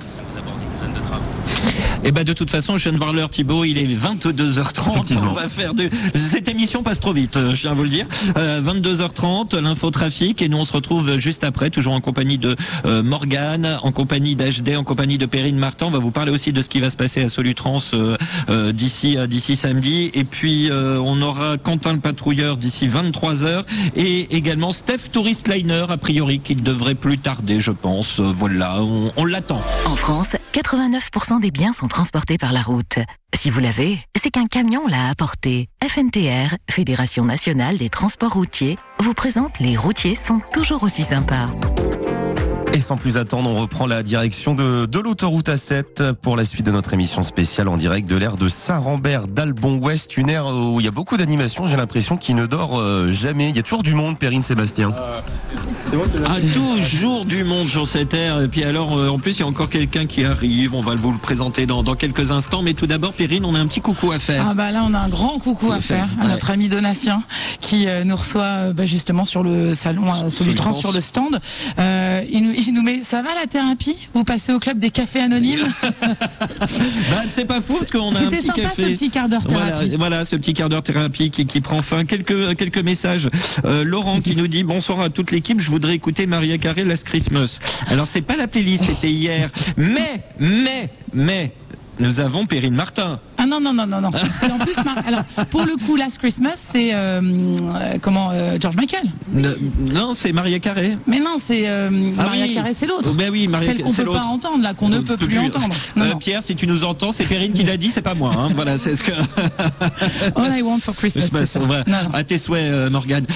Et de toute façon, je viens de voir l'heure, Thibaut, il est 22h30. On va faire cette émission passe trop vite, je tiens à vous le dire. 22h30, l'infotrafic, et nous on se retrouve juste après, toujours en compagnie de Morgane, en compagnie d'HD, en compagnie de Perrine Martin. On va vous parler aussi de ce qui va se passer à Solutrans d'ici samedi. Et puis on aura Quentin le patrouilleur d'ici 23h, et également Steph Tourist Liner, a priori, qui devrait plus tarder, je pense. Voilà, on l'attend. En France, 89% des biens sont transportés par la route. Si vous l'avez, c'est qu'un camion l'a apporté. FNTR, Fédération nationale des transports routiers, vous présente Les routiers sont toujours aussi sympas. Et sans plus attendre, on reprend la direction de l'autoroute A7 pour la suite de notre émission spéciale en direct de l'aire de Saint-Rambert d'Albon-Ouest, une aire où il y a beaucoup d'animation, j'ai l'impression, qui ne dort jamais. Il y a toujours du monde, Perrine, Sébastien. Toujours du monde sur cette aire. Et puis alors, en plus, il y a encore quelqu'un qui arrive. On va vous le présenter dans quelques instants. Mais tout d'abord, Perrine, on a un petit coucou à faire. Là, on a un grand coucou à faire à notre ami Donatien, qui nous reçoit justement sur le salon Solutrans, sur le stand. Il il nous met, ça va la thérapie? Vous passez au club des cafés anonymes? C'est pas fou parce qu'on a un petit sympa, café. Ce petit quart d'heure thérapie. Voilà, ce petit quart d'heure thérapie qui prend fin. Quelques messages. Laurent qui nous dit bonsoir à toute l'équipe. Je voudrais écouter Mariah Carey Last Christmas. Alors c'est pas la playlist, c'était hier. Mais nous avons Perrine Martin. Ah non. Et en plus, alors pour le coup, Last Christmas, c'est George Michael. Non, c'est Mariah Carey. Mais non, c'est Mariah Carey, c'est l'autre. Ben oui, celle qu'on peut pas entendre, là, qu'on ne peut plus entendre. Non. Pierre, si tu nous entends, c'est Perrine qui l'a dit, c'est pas moi. Hein. Voilà, c'est ce que. All I want for Christmas. Voilà. Non. À tes souhaits, Morgane.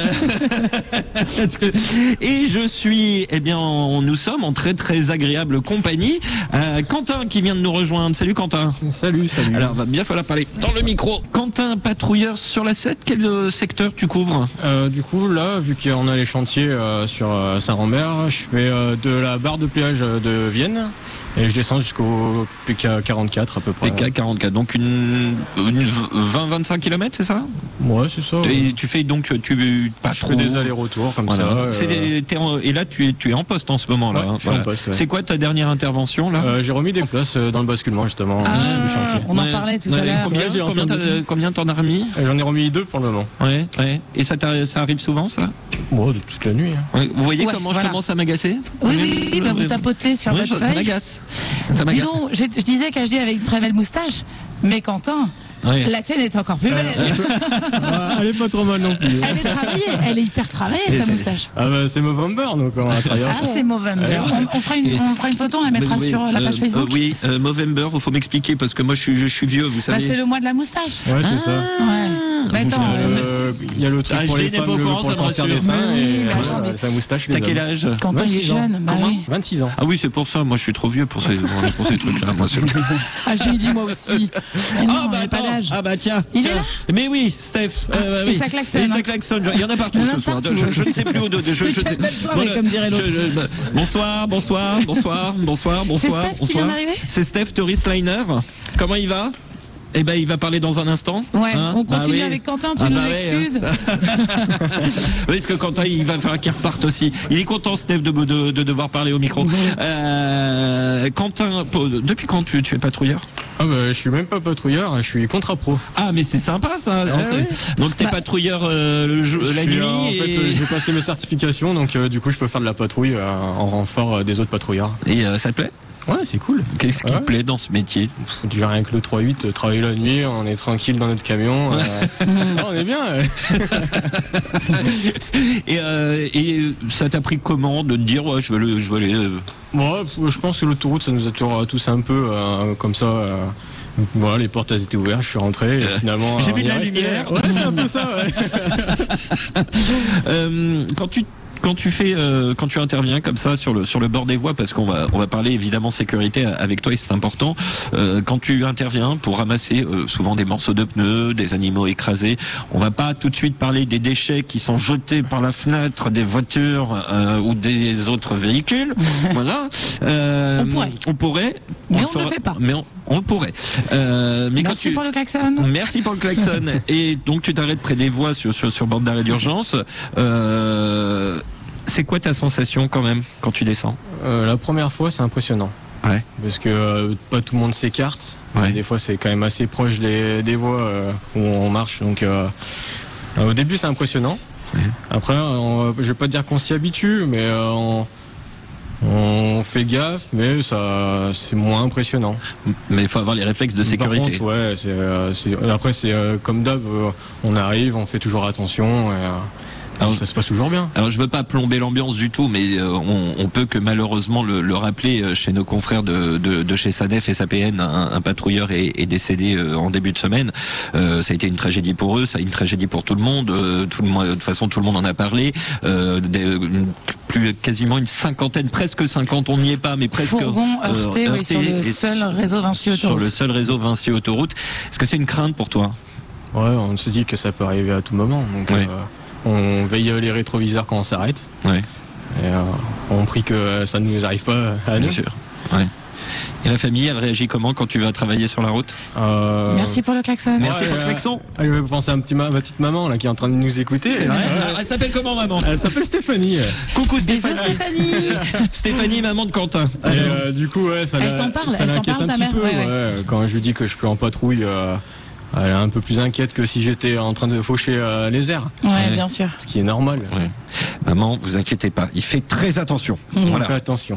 Et je suis, nous sommes en très très agréable compagnie. Quentin qui vient de nous rejoindre. Salut Quentin. Salut. Alors, va bien falloir parler dans le micro. Quentin, patrouilleur sur la 7, quel secteur tu couvres? Du coup, là, vu qu'on a les chantiers sur Saint-Rambert, je fais de la barre de péage de Vienne et je descends jusqu'au PK 44 à peu près. PK 44, donc une 20-25 km, c'est ça? Ouais, c'est ça. Et tu fais donc, je fais des allers-retours comme ça. Et là, tu es en poste en ce moment, là. Ouais, je suis en poste, ouais. C'est quoi ta dernière intervention, là? J'ai remis des places dans le basculement, justement, du chantier. On en parlait tout à l'heure. Combien t'en as remis? J'en ai remis 2 pour le moment. Ouais. Et ça arrive souvent, ça? Bon, toute la nuit. Hein. Ouais, vous voyez comment je commence à m'agacer? Oui, vous tapotez sur votre feuille. Ça m'agace. Dis donc, je disais qu'HD avait une très belle moustache, mais Quentin, la tienne est encore plus belle. Elle est pas trop mal non plus. Elle est travaillée, elle est hyper travaillée, ta moustache. Ah bah c'est Movember, donc on va travailler à fond. C'est Movember. On fera une photo, on la mettra sur la page Facebook. Oui, Movember, il faut m'expliquer parce que moi je suis vieux, vous savez. C'est le mois de la moustache. Ouais, c'est ça. Mais attends, il y a le truc pour les femmes, pour le cancer des seins et la moustache. T'as quel âge? Quentin il est jeune. Comment? 26 ans. Ah oui, c'est pour ça. Moi, je suis trop vieux pour ces trucs-là. Je l'ai dit moi aussi. Ah bah tiens. Il est là? Mais oui, Steph. Et ça klaxonne. Il y en a partout ce soir. Je ne sais plus où de. Quelle belle soirée, comme dirait l'autre. Bonsoir. C'est Steph qui vient d'arriver? C'est Steph Tourist Liner. Comment il va? Il va parler dans un instant. Ouais, on continue avec Quentin, tu nous excuses. Parce que Quentin, il va falloir qu'il reparte aussi. Il est content, Steph, de devoir parler au micro. Quentin, depuis quand tu es patrouilleur? Ah bah, je suis même pas patrouilleur, je suis contrat pro. Ah, mais c'est sympa, ça. Donc, t'es patrouilleur la nuit. En fait, j'ai passé mes certifications, donc du coup, je peux faire de la patrouille en renfort des autres patrouilleurs. Et ça te plaît? Ouais, c'est cool. Qu'est-ce qui te plaît dans ce métier? Déjà rien que le 3-8, travailler la nuit, on est tranquille dans notre camion. On est bien. Et ça t'a pris comment de te dire je veux aller. Moi, je pense que l'autoroute, ça nous a toujours tous un peu comme ça. Voilà, les portes elles étaient ouvertes, je suis rentré et finalement. J'ai vu de la lumière. Ouais, c'est un peu ça. Ouais. Quand tu interviens comme ça sur le bord des voies, parce qu'on va parler évidemment sécurité avec toi et c'est important, quand tu interviens pour ramasser souvent des morceaux de pneus, des animaux écrasés, on va pas tout de suite parler des déchets qui sont jetés par la fenêtre des voitures ou des autres véhicules. Voilà. On pourrait. Mais on ne le fait pas. Mais on le pourrait. Merci pour le klaxon. Merci pour le klaxon. Et donc tu t'arrêtes près des voies sur bord d'arrêt d'urgence. C'est quoi ta sensation quand même quand tu descends? La première fois, c'est impressionnant. Ouais. Parce que pas tout le monde s'écarte. Ouais. Des fois, c'est quand même assez proche des voies où on marche. Donc, au début, c'est impressionnant. Ouais. Après, je vais pas dire qu'on s'y habitue, mais on fait gaffe, mais ça, c'est moins impressionnant. Mais il faut avoir les réflexes de sécurité. Par contre, ouais, après, c'est comme d'hab, on arrive, on fait toujours attention. Alors, ça se passe toujours bien. Alors je veux pas plomber l'ambiance du tout, mais on peut que malheureusement le rappeler chez nos confrères de chez SADEF et SAPN, un patrouilleur est décédé en début de semaine. Ça a été une tragédie pour eux, ça a été une tragédie pour tout le monde. De toute façon, tout le monde en a parlé. Quasiment une cinquantaine, presque 50, on n'y est pas, mais presque. Fourgon heurté, oui, sur le seul réseau Vinci Autoroute. Sur le seul réseau Vinci Autoroute. Est-ce que c'est une crainte pour toi? Ouais, on se dit que ça peut arriver à tout moment. Donc, ouais. On veille les rétroviseurs quand on s'arrête. Ouais. Et on prie que ça ne nous arrive pas à nous. Bien sûr. Ouais. Et la famille, elle réagit comment quand tu vas travailler sur la route? Merci pour le klaxon. Merci pour le klaxon. Je vais penser à ma petite maman là qui est en train de nous écouter. C'est vrai. Elle s'appelle comment, maman? Elle s'appelle Stéphanie. Coucou Stéphanie. Bisous Stéphanie. Stéphanie, maman de Quentin. Et du coup, ouais, ça Elle t'en parle, ça l'inquiète un ta petit mère, peu. ouais. Quand je lui dis que je suis en patrouille, elle est un peu plus inquiète que si j'étais en train de faucher les airs. Ouais, bien sûr. Ce qui est normal. Ouais. Maman, vous inquiétez pas, il fait très attention. On fait attention.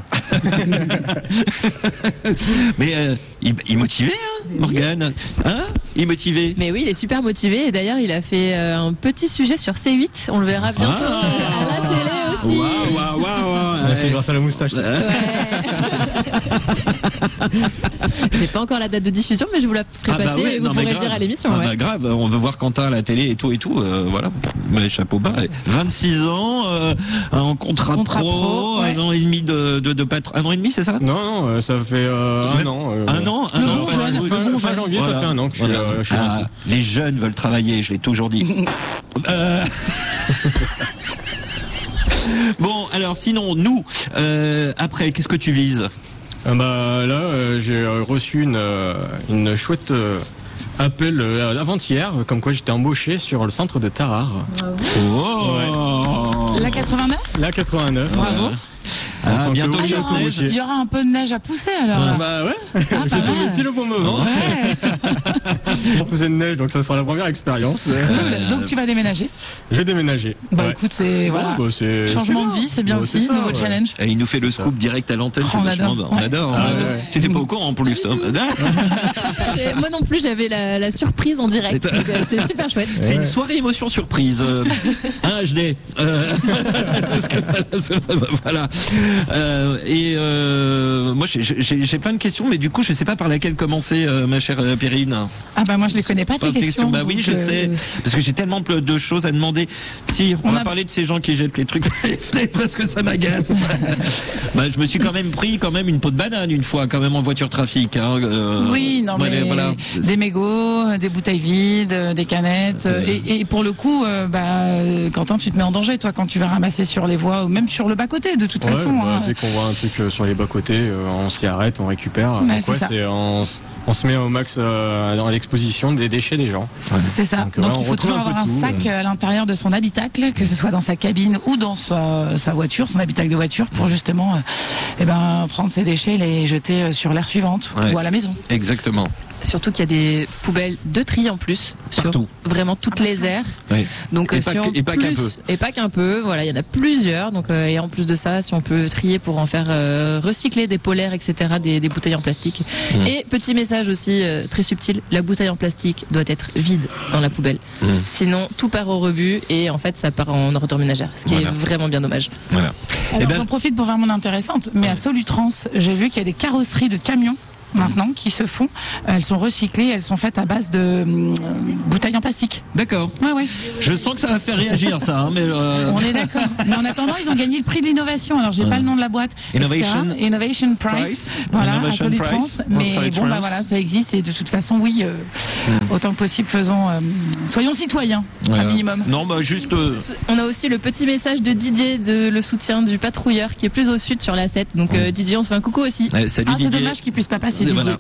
Mais il motivé, hein, Morgane, hein? Il est motivé. Mais oui, il est super motivé et d'ailleurs il a fait un petit sujet sur C8. On le verra bientôt à la télé aussi. Waouh. C'est grâce à la moustache. J'ai pas encore la date de diffusion, mais je vous la ferai passer et vous pourrez le dire à l'émission. Grave, on veut voir Quentin à la télé et tout. Voilà, mais chapeau bas. 26 ans, en contrat pro, un an et demi de patron. 1 an et demi, c'est ça? Non, ça fait 1 an. Fin janvier, ça fait 1 an que je suis lancé. Les jeunes veulent travailler, je l'ai toujours dit. Bon, alors sinon, nous, après, qu'est-ce que tu vises? Là, j'ai reçu une chouette appel avant-hier, comme quoi j'étais embauché sur le centre de Tarare. La 89? La 89. Bravo. Bientôt le chasse-neige. Il y aura un peu de neige à pousser alors. Je vais tomber pile au bon moment. Pour pousser de neige, donc ça sera la première expérience. Donc tu vas déménager? Je vais déménager. Écoute, c'est voilà. Changement de vie, c'est bien aussi, nouveau challenge. Et il nous fait le scoop direct à l'antenne. On adore. Tu n'étais pas au courant en plus, Tom. Moi non plus, j'avais la surprise en direct. C'est super chouette. C'est une soirée émotion surprise. HD. Voilà. Moi j'ai plein de questions, mais du coup je sais pas par laquelle commencer, ma chère Perrine. Moi je les connais pas tes questions. Oui, je sais, parce que j'ai tellement de choses à demander. Si on va parler de ces gens qui jettent les trucs par les fenêtres parce que ça m'agace. Je me suis quand même pris une peau de banane une fois quand même en voiture trafic. Oui, non mais voilà. Des mégots, des bouteilles vides, des canettes. Et pour le coup, Quentin, tu te mets en danger toi quand tu vas ramasser sur les voies ou même sur le bas côté de toute façon. Dès qu'on voit un truc sur les bas côtés, on s'y arrête, on récupère. On se met au max dans l'exposition des déchets des gens. C'est ça. Donc il faut toujours avoir un sac à l'intérieur de son habitacle, que ce soit dans sa cabine ou dans sa voiture, son habitacle de voiture, pour justement prendre ses déchets et les jeter sur l'aire suivante ou à la maison. Exactement. Surtout qu'il y a des poubelles de tri en plus sur vraiment toutes les aires. Oui. Donc et pas qu'un peu. Voilà, il y en a plusieurs. Donc et en plus de ça, si on peut trier pour en faire recycler des polaires, etc., des bouteilles en plastique. Et petit message aussi très subtil, la bouteille en plastique doit être vide dans la poubelle. Sinon tout part au rebut et en fait ça part en ordure ménagère, ce qui est vraiment bien dommage. Voilà. Alors j'en profite pour faire mon intéressante, mais à Solutrans, j'ai vu qu'il y a des carrosseries de camions maintenant qui se font. Elles sont recyclées, elles sont faites à base de bouteilles en plastique. D'accord. Ouais. Je sens que ça va faire réagir ça. Mais on est d'accord. Mais en attendant, ils ont gagné le prix de l'innovation. Alors j'ai pas le nom de la boîte. Innovation Prize. Voilà, à Solutrans. Mais voilà, ça existe et de toute façon, oui, autant que possible, soyons citoyens, un minimum. Non, juste. On a aussi le petit message de Didier, le soutien du patrouilleur qui est plus au sud sur la 7. Donc Didier, on se fait un coucou aussi. Salut Didier. C'est dommage qu'il puisse pas passer. Voilà.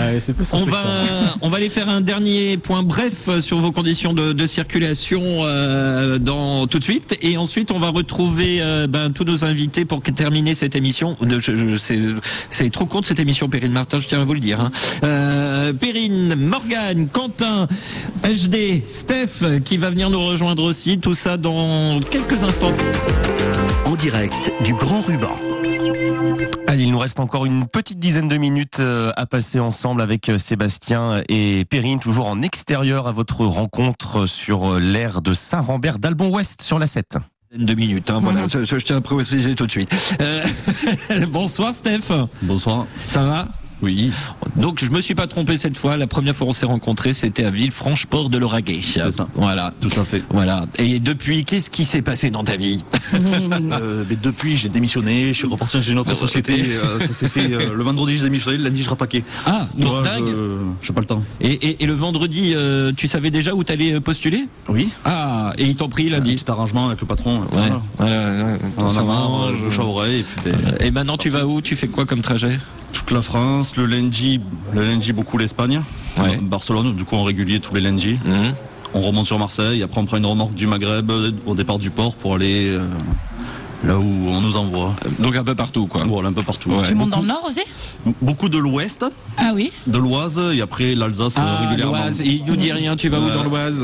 On va aller faire un dernier point bref sur vos conditions de circulation tout de suite, et ensuite on va retrouver tous nos invités pour terminer cette émission. C'est trop court cette émission, Perrine Martin, je tiens à vous le dire. Perrine, Morgane, Quentin, HD, Steph qui va venir nous rejoindre aussi. Tout ça dans quelques instants. En direct du Grand Ruban. Allez, il nous reste encore une petite dizaine de minutes à passer ensemble avec Sébastien et Perrine, toujours en extérieur à votre rencontre sur l'aire de Saint-Rambert d'Albon-Ouest sur la 7. 2 minutes, voilà, je tiens à préciser tout de suite. Bonsoir Steph. Bonsoir. Ça va ? Oui. Donc je me suis pas trompé cette fois. La première fois on s'est rencontrés, c'était à Villefranche-Port de Lauragais. C'est ça. Voilà. Tout à fait. Voilà. Et depuis, qu'est-ce qui s'est passé dans ta vie? Mais depuis, j'ai démissionné. Je suis reparti chez une autre société. Ça s'est fait le vendredi, j'ai démissionné. Le lundi, je rattaquais. Ah, donc dingue. J'ai pas le temps. Et le vendredi, tu savais déjà où t'allais postuler? Oui. Ah, et ils t'ont pris lundi. Petit arrangement avec le patron. Voilà. On s'arrange, je oreille. Et maintenant, tu vas où? Tu fais quoi comme trajet? toute la France, le lundi beaucoup l'Espagne, Barcelone, du coup en régulier tous les lundis. On remonte sur Marseille, après on prend une remorque du Maghreb au départ du port pour aller là où on nous envoie. Donc un peu partout, quoi. Voilà, un peu partout. Tu montes dans le Nord aussi? Beaucoup de l'Ouest. Ah oui. De l'Oise et après l'Alsace régulièrement. L'Oise. Et il nous dit rien, tu vas où dans l'Oise?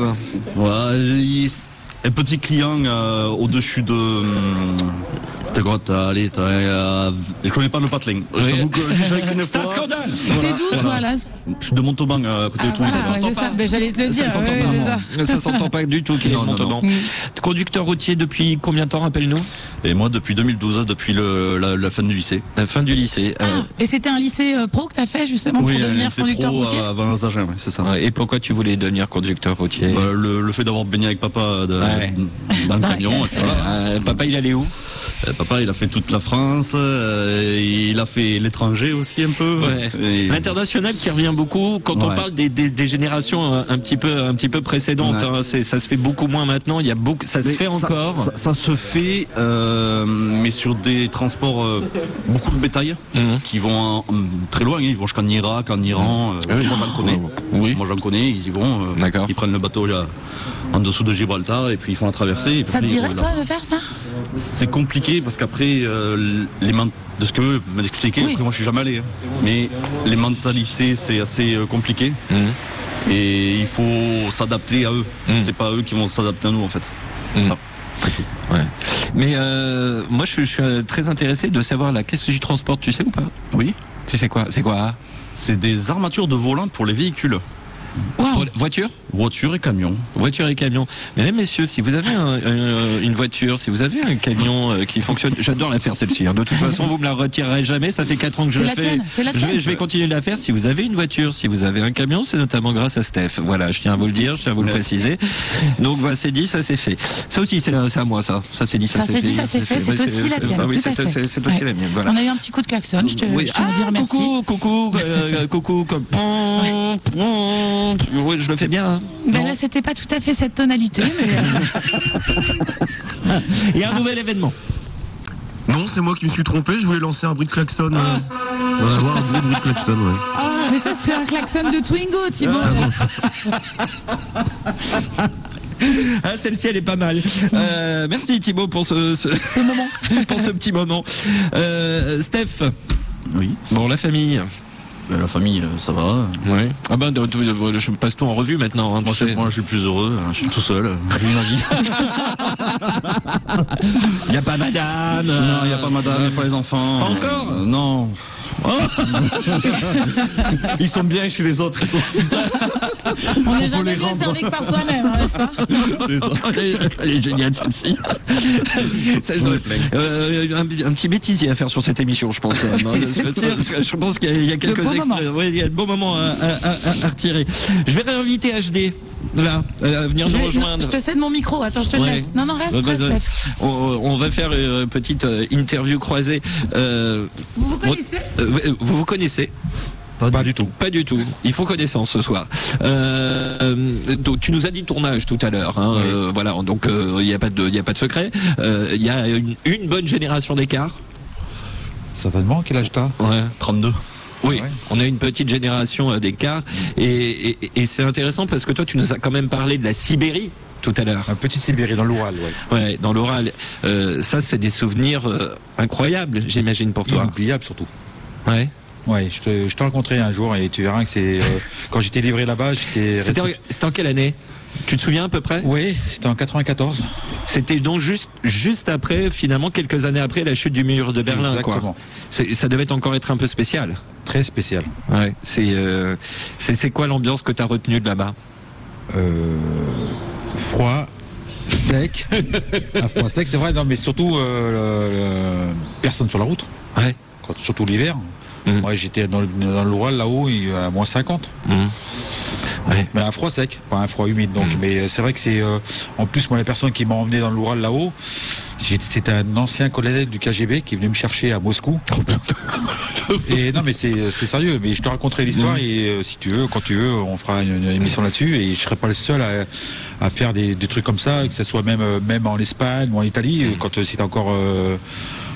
Un petit client au-dessus de... T'es quoi, je connais pas le Patelin. Je t'avoue que j'y suis avec une fois. C'est un scandale. T'es d'où, toi, Laz? Je suis de Montauban, à côté de Toulouse. Ça s'entend pas. Mais j'allais te le dire. Ça s'entend pas du tout qu'il est de Montauban. Conducteur routier depuis combien de temps, rappelle-nous? Et moi, depuis 2012, depuis la fin du lycée. La fin du lycée. Et c'était un lycée pro que t'as fait, justement, pour devenir conducteur routier? Oui, à Valence-d'Agen, c'est ça. Et pourquoi tu voulais devenir conducteur routier? Le fait d'avoir baigné avec papa dans le camion. Papa, il allait où? Papa, il a fait toute la France, il a fait l'étranger aussi un peu. L'international qui revient beaucoup quand on parle des générations un petit peu précédentes. Ça se fait beaucoup moins maintenant. Il y a beaucoup, ça se fait encore. Ça se fait, mais sur des transports beaucoup de bétail qui vont très loin. Ils vont jusqu'en Irak, en Iran. Moi j'en connais. Moi j'en connais. Ils y vont. Ils prennent le bateau là en dessous de Gibraltar et puis ils font la traversée. Ça te dirait toi de faire ça? C'est compliqué parce qu'après de ce que eux m'ont expliqué, après moi je suis jamais allé, mais les mentalités c'est assez compliqué et il faut s'adapter à eux. C'est pas eux qui vont s'adapter à nous en fait. Non, c'est tout. Mais moi je suis très intéressé de savoir la qu'est-ce que tu transportes, tu sais ou pas? Oui. Tu sais quoi? C'est quoi? C'est des armatures de volant pour les véhicules. Pour voiture? Voiture et camion. Voiture et camion. Mais même messieurs, si vous avez une voiture, si vous avez un camion qui fonctionne, j'adore la faire celle-ci. De toute façon, vous me la retirerez jamais. Ça fait 4 ans que je la fais. Je vais continuer de la faire. Si vous avez une voiture, si vous avez un camion, c'est notamment grâce à Steph. Voilà, je tiens à vous le dire, je tiens à vous le préciser. Donc voilà, c'est dit, ça c'est fait. Ça aussi, c'est à moi, ça. Ça c'est dit, ça c'est fait. Ça c'est fait. C'est aussi la tienne. Oui, c'est aussi la mienne. Voilà. On a eu un petit coup de klaxon. Je tiens à dire merci. Coucou, comme. Oui, je le fais bien. Ben là, c'était pas tout à fait cette tonalité, mais. Il y a un nouvel événement. Non, c'est moi qui me suis trompé. Je voulais lancer un bruit de klaxon. On va avoir un bruit de klaxon, mais ça, c'est un klaxon de Twingo, Thibaut. Celle-ci elle est pas mal. Merci Thibaut pour ce moment, pour ce petit moment. Steph. Oui. Bon, la famille. La famille, ça va. Ouais. Ah ben, je passe tout en revue maintenant. Moi, je suis plus heureux. Je suis tout seul. J'ai une vie. Il n'y a pas madame. Non, il n'y a pas madame, il n'y a pas les enfants. Pas encore non. Oh ils sont bien chez les autres. On n'est jamais mieux servi que par soi-même, n'est-ce pas? C'est ça. Elle est géniale celle-ci. Un petit bêtisier à faire sur cette émission, je pense. Je pense qu'il y a quelques extraits. Il y a de bons moments à retirer. Je vais réinviter HD. Là, à venir nous rejoindre. Je te cède mon micro, attends, je te laisse. Non, reste, Steph. On va faire une petite interview croisée. Vous connaissez? Vous vous connaissez? Pas du tout. Pas du tout. Il faut connaissance ce soir. Donc tu nous as dit ton âge tout à l'heure. Hein, oui. Voilà. Donc il n'y a pas de secret. Il y a une bonne génération d'écart. Certainement. Quel âge t'as? 32. Oui, on a une petite génération d'écart et c'est intéressant parce que toi tu nous as quand même parlé de la Sibérie tout à l'heure. Un petit Sibérie dans l'Oural, Ouais, dans l'Oural. Ça c'est des souvenirs incroyables, j'imagine pour toi. Inoubliables surtout. Ouais. Ouais, je t'ai rencontré un jour et tu verras que c'est quand j'étais livré là-bas, C'était en quelle année? Tu te souviens à peu près? Oui, c'était en 94. C'était donc juste après, finalement, quelques années après la chute du mur de Berlin. Exactement. Quoi. Ça devait encore être un peu spécial. Très spécial. Ouais. C'est quoi l'ambiance que tu as retenue de là-bas? Froid, sec. Un froid sec, c'est vrai. Non, mais surtout personne sur la route. Ouais. Surtout l'hiver. Moi, j'étais dans l'Oural là-haut, à moins 50. Ouais. Mais un froid sec, pas un froid humide. Donc, mais c'est vrai que c'est. En plus, moi, la personne qui m'a emmené dans l'Oural là-haut, c'était un ancien colonel du KGB qui est venu me chercher à Moscou. Et non, mais c'est sérieux. Mais je te raconterai l'histoire et si tu veux, quand tu veux, on fera une émission là-dessus. Et je serai pas le seul à faire des trucs comme ça, que ce soit même en Espagne ou en Italie, quand c'était encore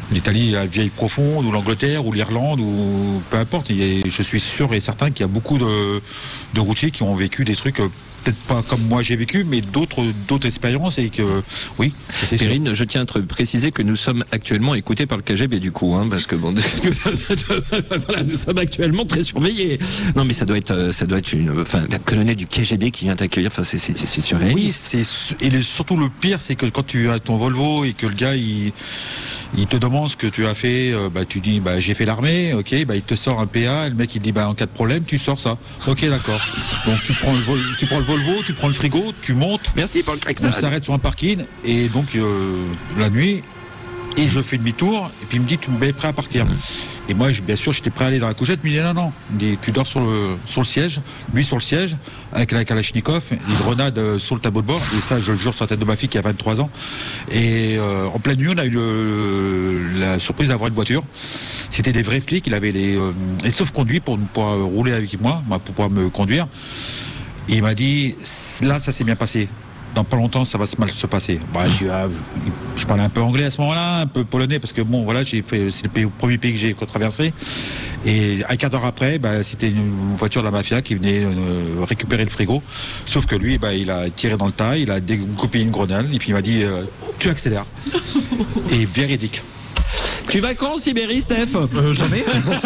L'Italie, la vieille profonde, ou l'Angleterre, ou l'Irlande, ou peu importe. Je suis sûr et certain qu'il y a beaucoup de routiers qui ont vécu des trucs peut-être pas comme moi j'ai vécu, mais d'autres expériences et que oui. Perrine, je tiens à te préciser que nous sommes actuellement écoutés par le KGB du coup, parce que bon, voilà, nous sommes actuellement très surveillés. Non, mais ça doit être la colonel du KGB qui vient t'accueillir. Enfin, c'est surréaliste. Oui, et surtout le pire, c'est que quand tu as ton Volvo et que le gars il te demande ce que tu as fait, tu dis j'ai fait l'armée, ok, il te sort un PA, le mec il dit en cas de problème tu sors ça. Ok, d'accord. Donc tu prends le Volvo, tu prends le frigo, tu montes. Merci pour le klaxon. On s'arrête sur un parking et donc la nuit et je fais demi-tour et puis il me dit tu me mets prêt à partir. Et moi bien sûr j'étais prêt à aller dans la couchette, mais il me dit non. Il me dit tu dors sur le siège, lui sur le siège avec la Kalachnikov, les grenades sur le tableau de bord, et ça je le jure sur la tête de ma fille qui a 23 ans. Et en pleine nuit on a eu la surprise d'avoir une voiture. C'était des vrais flics, il avait les sauf-conduits pour pouvoir rouler avec moi, pour pouvoir me conduire. Et il m'a dit là ça s'est bien passé. Dans pas longtemps, ça va mal se passer. Je parlais un peu anglais à ce moment-là, un peu polonais, parce que c'est le premier pays que j'ai traversé. Et un quart d'heure après, c'était une voiture de la mafia qui venait récupérer le frigo. Sauf que lui, il a tiré dans le tas, il a découpé une grenade, et puis il m'a dit, tu accélères. Et véridique. Tu vas quand en Sibérie, Steph? Jamais.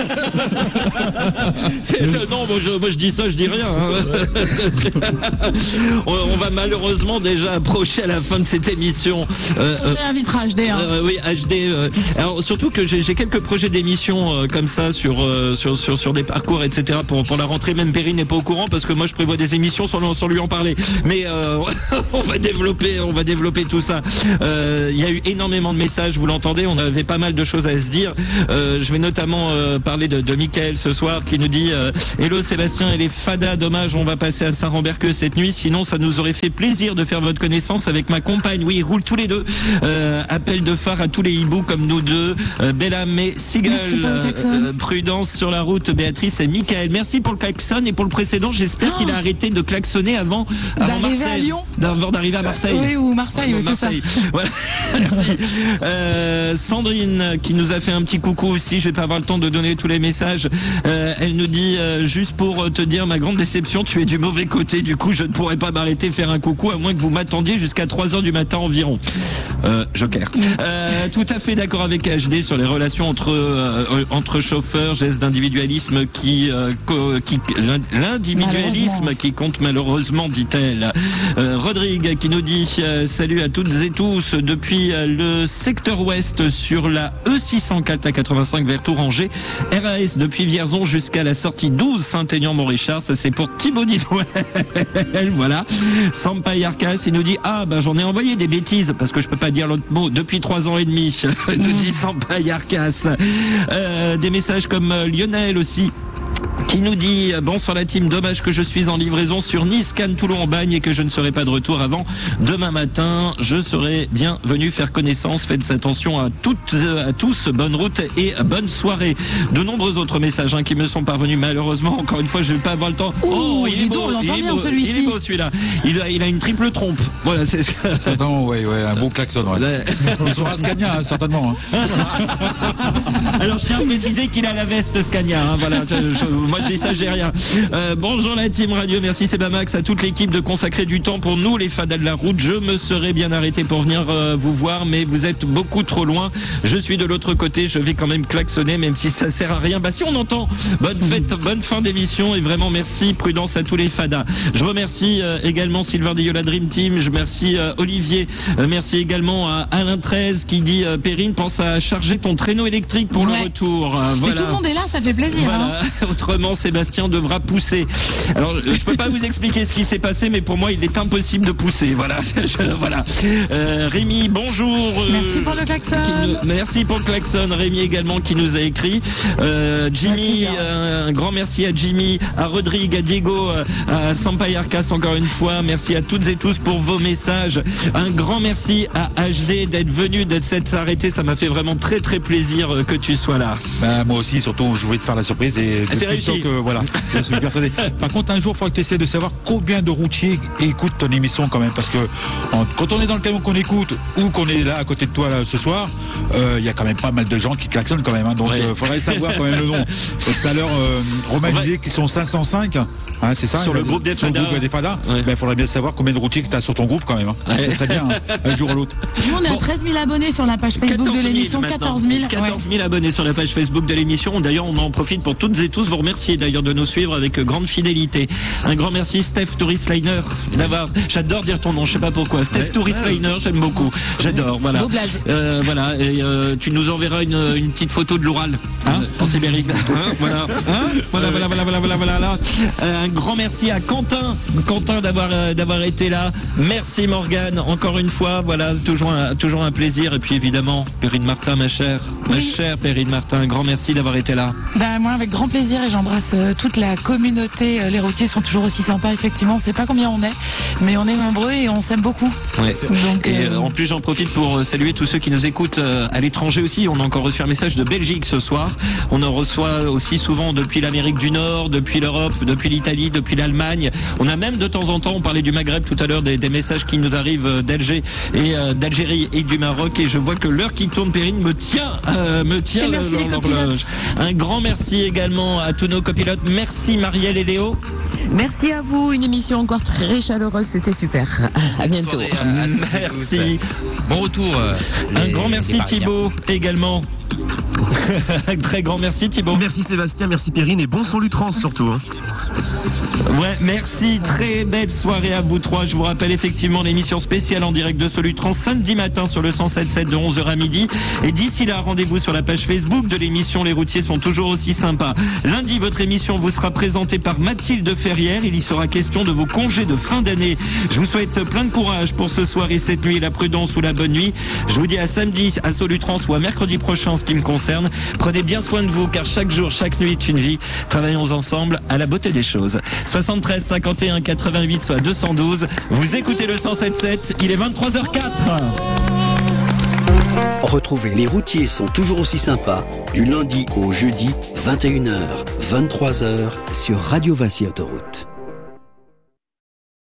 Non, moi je dis ça, je dis rien. On va malheureusement déjà approcher à la fin de cette émission. On invitera HD. Oui, HD. Alors surtout que j'ai quelques projets d'émissions comme ça sur des parcours, etc. Pour la rentrée. Même Perrine n'est pas au courant parce que moi je prévois des émissions sans lui en parler. Mais on va développer tout ça. Il y a eu énormément de messages, vous l'entendez. On avait pas mal de choses à se dire. Je vais notamment parler de Michael ce soir qui nous dit hello Sébastien et les fadas, dommage on va passer à Saint-Rambert-que cette nuit, sinon ça nous aurait fait plaisir de faire votre connaissance avec ma compagne. Oui, ils roulent tous les deux. Appel de phare à tous les hiboux comme nous deux, Bellam et Seagull. Prudence sur la route, Béatrice et Michael. Merci pour le klaxon et pour le précédent, j'espère qu'il a arrêté de klaxonner avant d'arriver à Lyon, avant d'arriver à Marseille. Oui, ou Marseille, oui, c'est ça. Voilà. Merci. Sandrine qui nous a fait un petit coucou aussi, je vais pas avoir le temps de donner tous les messages. Elle nous dit juste pour te dire ma grande déception, tu es du mauvais côté, du coup je ne pourrais pas m'arrêter faire un coucou à moins que vous m'attendiez jusqu'à 3h du matin environ. Joker. Tout à fait d'accord avec HD sur les relations entre chauffeurs, geste d'individualisme l'individualisme qui compte malheureusement, dit-elle. Rodrigue qui nous dit salut à toutes et tous depuis le secteur ouest sur la E604 à 85 vers Touranger, RAS depuis Vierzon jusqu'à la sortie 12 Saint-Aignan-Montrichard. Ça c'est pour Thibaut Didouel. Voilà. Sampaï Arcas, il nous dit j'en ai envoyé des bêtises parce que je peux pas dire l'autre mot depuis 3 ans et demi. Nous dit Sampaï Arcas. Des messages comme Lionel aussi qui nous dit bonsoir la team, dommage que je suis en livraison sur Nice, Cannes, Toulon en Bagne et que je ne serai pas de retour avant demain matin. Je serai bien venu faire connaissance. Faites attention à tous, bonne route et bonne soirée. De nombreux autres messages qui me sont parvenus malheureusement. Encore une fois, je vais pas avoir le temps. Il est beau, on l'entend bien celui-ci. Il est beau celui-là. Il a une triple trompe. Voilà, c'est certainement, ouais, un bon klaxon. Ouais. Ils sont à Scania, certainement. Alors je tiens à préciser qu'il a la veste Scania. Voilà. Moi je dis ça, j'ai rien. Bonjour la team radio, merci Sebamax, à toute l'équipe de consacrer du temps pour nous les fadas de la route. Je me serais bien arrêté pour venir vous voir, mais vous êtes beaucoup trop loin. Je suis de l'autre côté, je vais quand même klaxonner, même si ça sert à rien. Si on entend. Bonne fête, bonne fin d'émission et vraiment merci, prudence à tous les fadas. Je remercie également Sylvain Dillot, la Dream Team. Je remercie Olivier. Merci également à Alain 13 qui dit Perrine, pense à charger ton traîneau électrique pour le retour. Voilà. Mais tout le monde est là, ça fait plaisir. Voilà. Autrement, Sébastien devra pousser. Alors, je peux pas vous expliquer ce qui s'est passé, mais pour moi, il est impossible de pousser. Voilà. Voilà. Rémi, bonjour. Merci pour le klaxon. Merci pour le klaxon. Rémi également qui nous a écrit. Jimmy, un grand merci à Jimmy, à Rodrigue, à Diego, à Sampaï Arcas encore une fois. Merci à toutes et tous pour vos messages. Un grand merci à HD d'être venu, d'être arrêté. Ça m'a fait vraiment très très plaisir que tu sois là. Moi aussi, surtout, je voulais te faire la surprise et c'est réussi. voilà, je suis persuadé. Par contre, un jour, il faudra que tu essaies de savoir combien de routiers écoutent ton émission quand même, parce que quand on est dans le camion qu'on écoute ou qu'on est là à côté de toi là, ce soir, il y a quand même pas mal de gens qui klaxonnent quand même. Hein, donc, faudrait savoir quand même le nom. Tout à l'heure, Romain disait qu'ils sont 505. Hein, c'est ça. Sur le groupe des Fada. Il faudrait bien savoir combien de routiers que tu as sur ton groupe quand même. Hein. Ça serait bien, un jour ou l'autre. Nous, on est à 13 000 abonnés sur la page Facebook de l'émission. 14 000. 14 000 abonnés sur la page Facebook de l'émission. D'ailleurs, on en profite pour toutes et tous vous remercier d'ailleurs de nous suivre avec grande fidélité. Un grand merci, Steph Tourisliner, d'avoir. J'adore dire ton nom, je sais pas pourquoi. Steph Tourisliner, j'aime beaucoup. J'adore, voilà. Voilà. Et tu nous enverras une petite photo de l'Oural, hein, en Sibérie. Hein, voilà. Hein, voilà. Un grand merci à Quentin d'avoir été là. Merci Morgane, encore une fois. Voilà, toujours un plaisir. Et puis évidemment, Perrine Martin, ma chère Perrine Martin, un grand merci d'avoir été là. Moi, avec grand plaisir, et j'embrasse toute la communauté. Les routiers sont toujours aussi sympas. Effectivement, on sait pas combien on est, mais on est nombreux et on s'aime beaucoup. Ouais. Donc, et en plus, j'en profite pour saluer tous ceux qui nous écoutent à l'étranger aussi. On a encore reçu un message de Belgique ce soir. On en reçoit aussi souvent depuis l'Amérique du Nord, depuis l'Europe, depuis l'Italie, depuis l'Allemagne. On a même de temps en temps, on parlait du Maghreb tout à l'heure, des messages qui nous arrivent d'Algérie et du Maroc. Et je vois que l'heure qui tourne, Perrine, me tient l'horloge. Un grand merci également à tous nos copilotes. Merci Marielle et Léo. Merci à vous, une émission encore très chaleureuse, c'était super. À bientôt. Merci. Bon retour. Un grand merci Thibaut également. Un très grand merci Thibaut. Merci Sébastien, merci Perrine et bon son Lutrans surtout. Hein. Ouais, merci, très belle soirée à vous trois. Je vous rappelle effectivement l'émission spéciale en direct de Solutrans samedi matin sur le 107.7 de 11h à midi. Et d'ici là, rendez-vous sur la page Facebook de l'émission. Les routiers sont toujours aussi sympas. Lundi, votre émission vous sera présentée par Mathilde Ferrière. Il y sera question de vos congés de fin d'année. Je vous souhaite plein de courage pour ce soir et cette nuit, la prudence ou la bonne nuit. Je vous dis à samedi à Solutrans ou à mercredi prochain en ce qui me concerne. Prenez bien soin de vous car chaque jour, chaque nuit est une vie. Travaillons ensemble à la beauté des choses. 73 51 88 soit 212. Vous écoutez le 107.7. Il est 23h04. Retrouvez Les routiers sont toujours aussi sympas du lundi au jeudi 21h, 23h sur Radio Vinci Autoroute.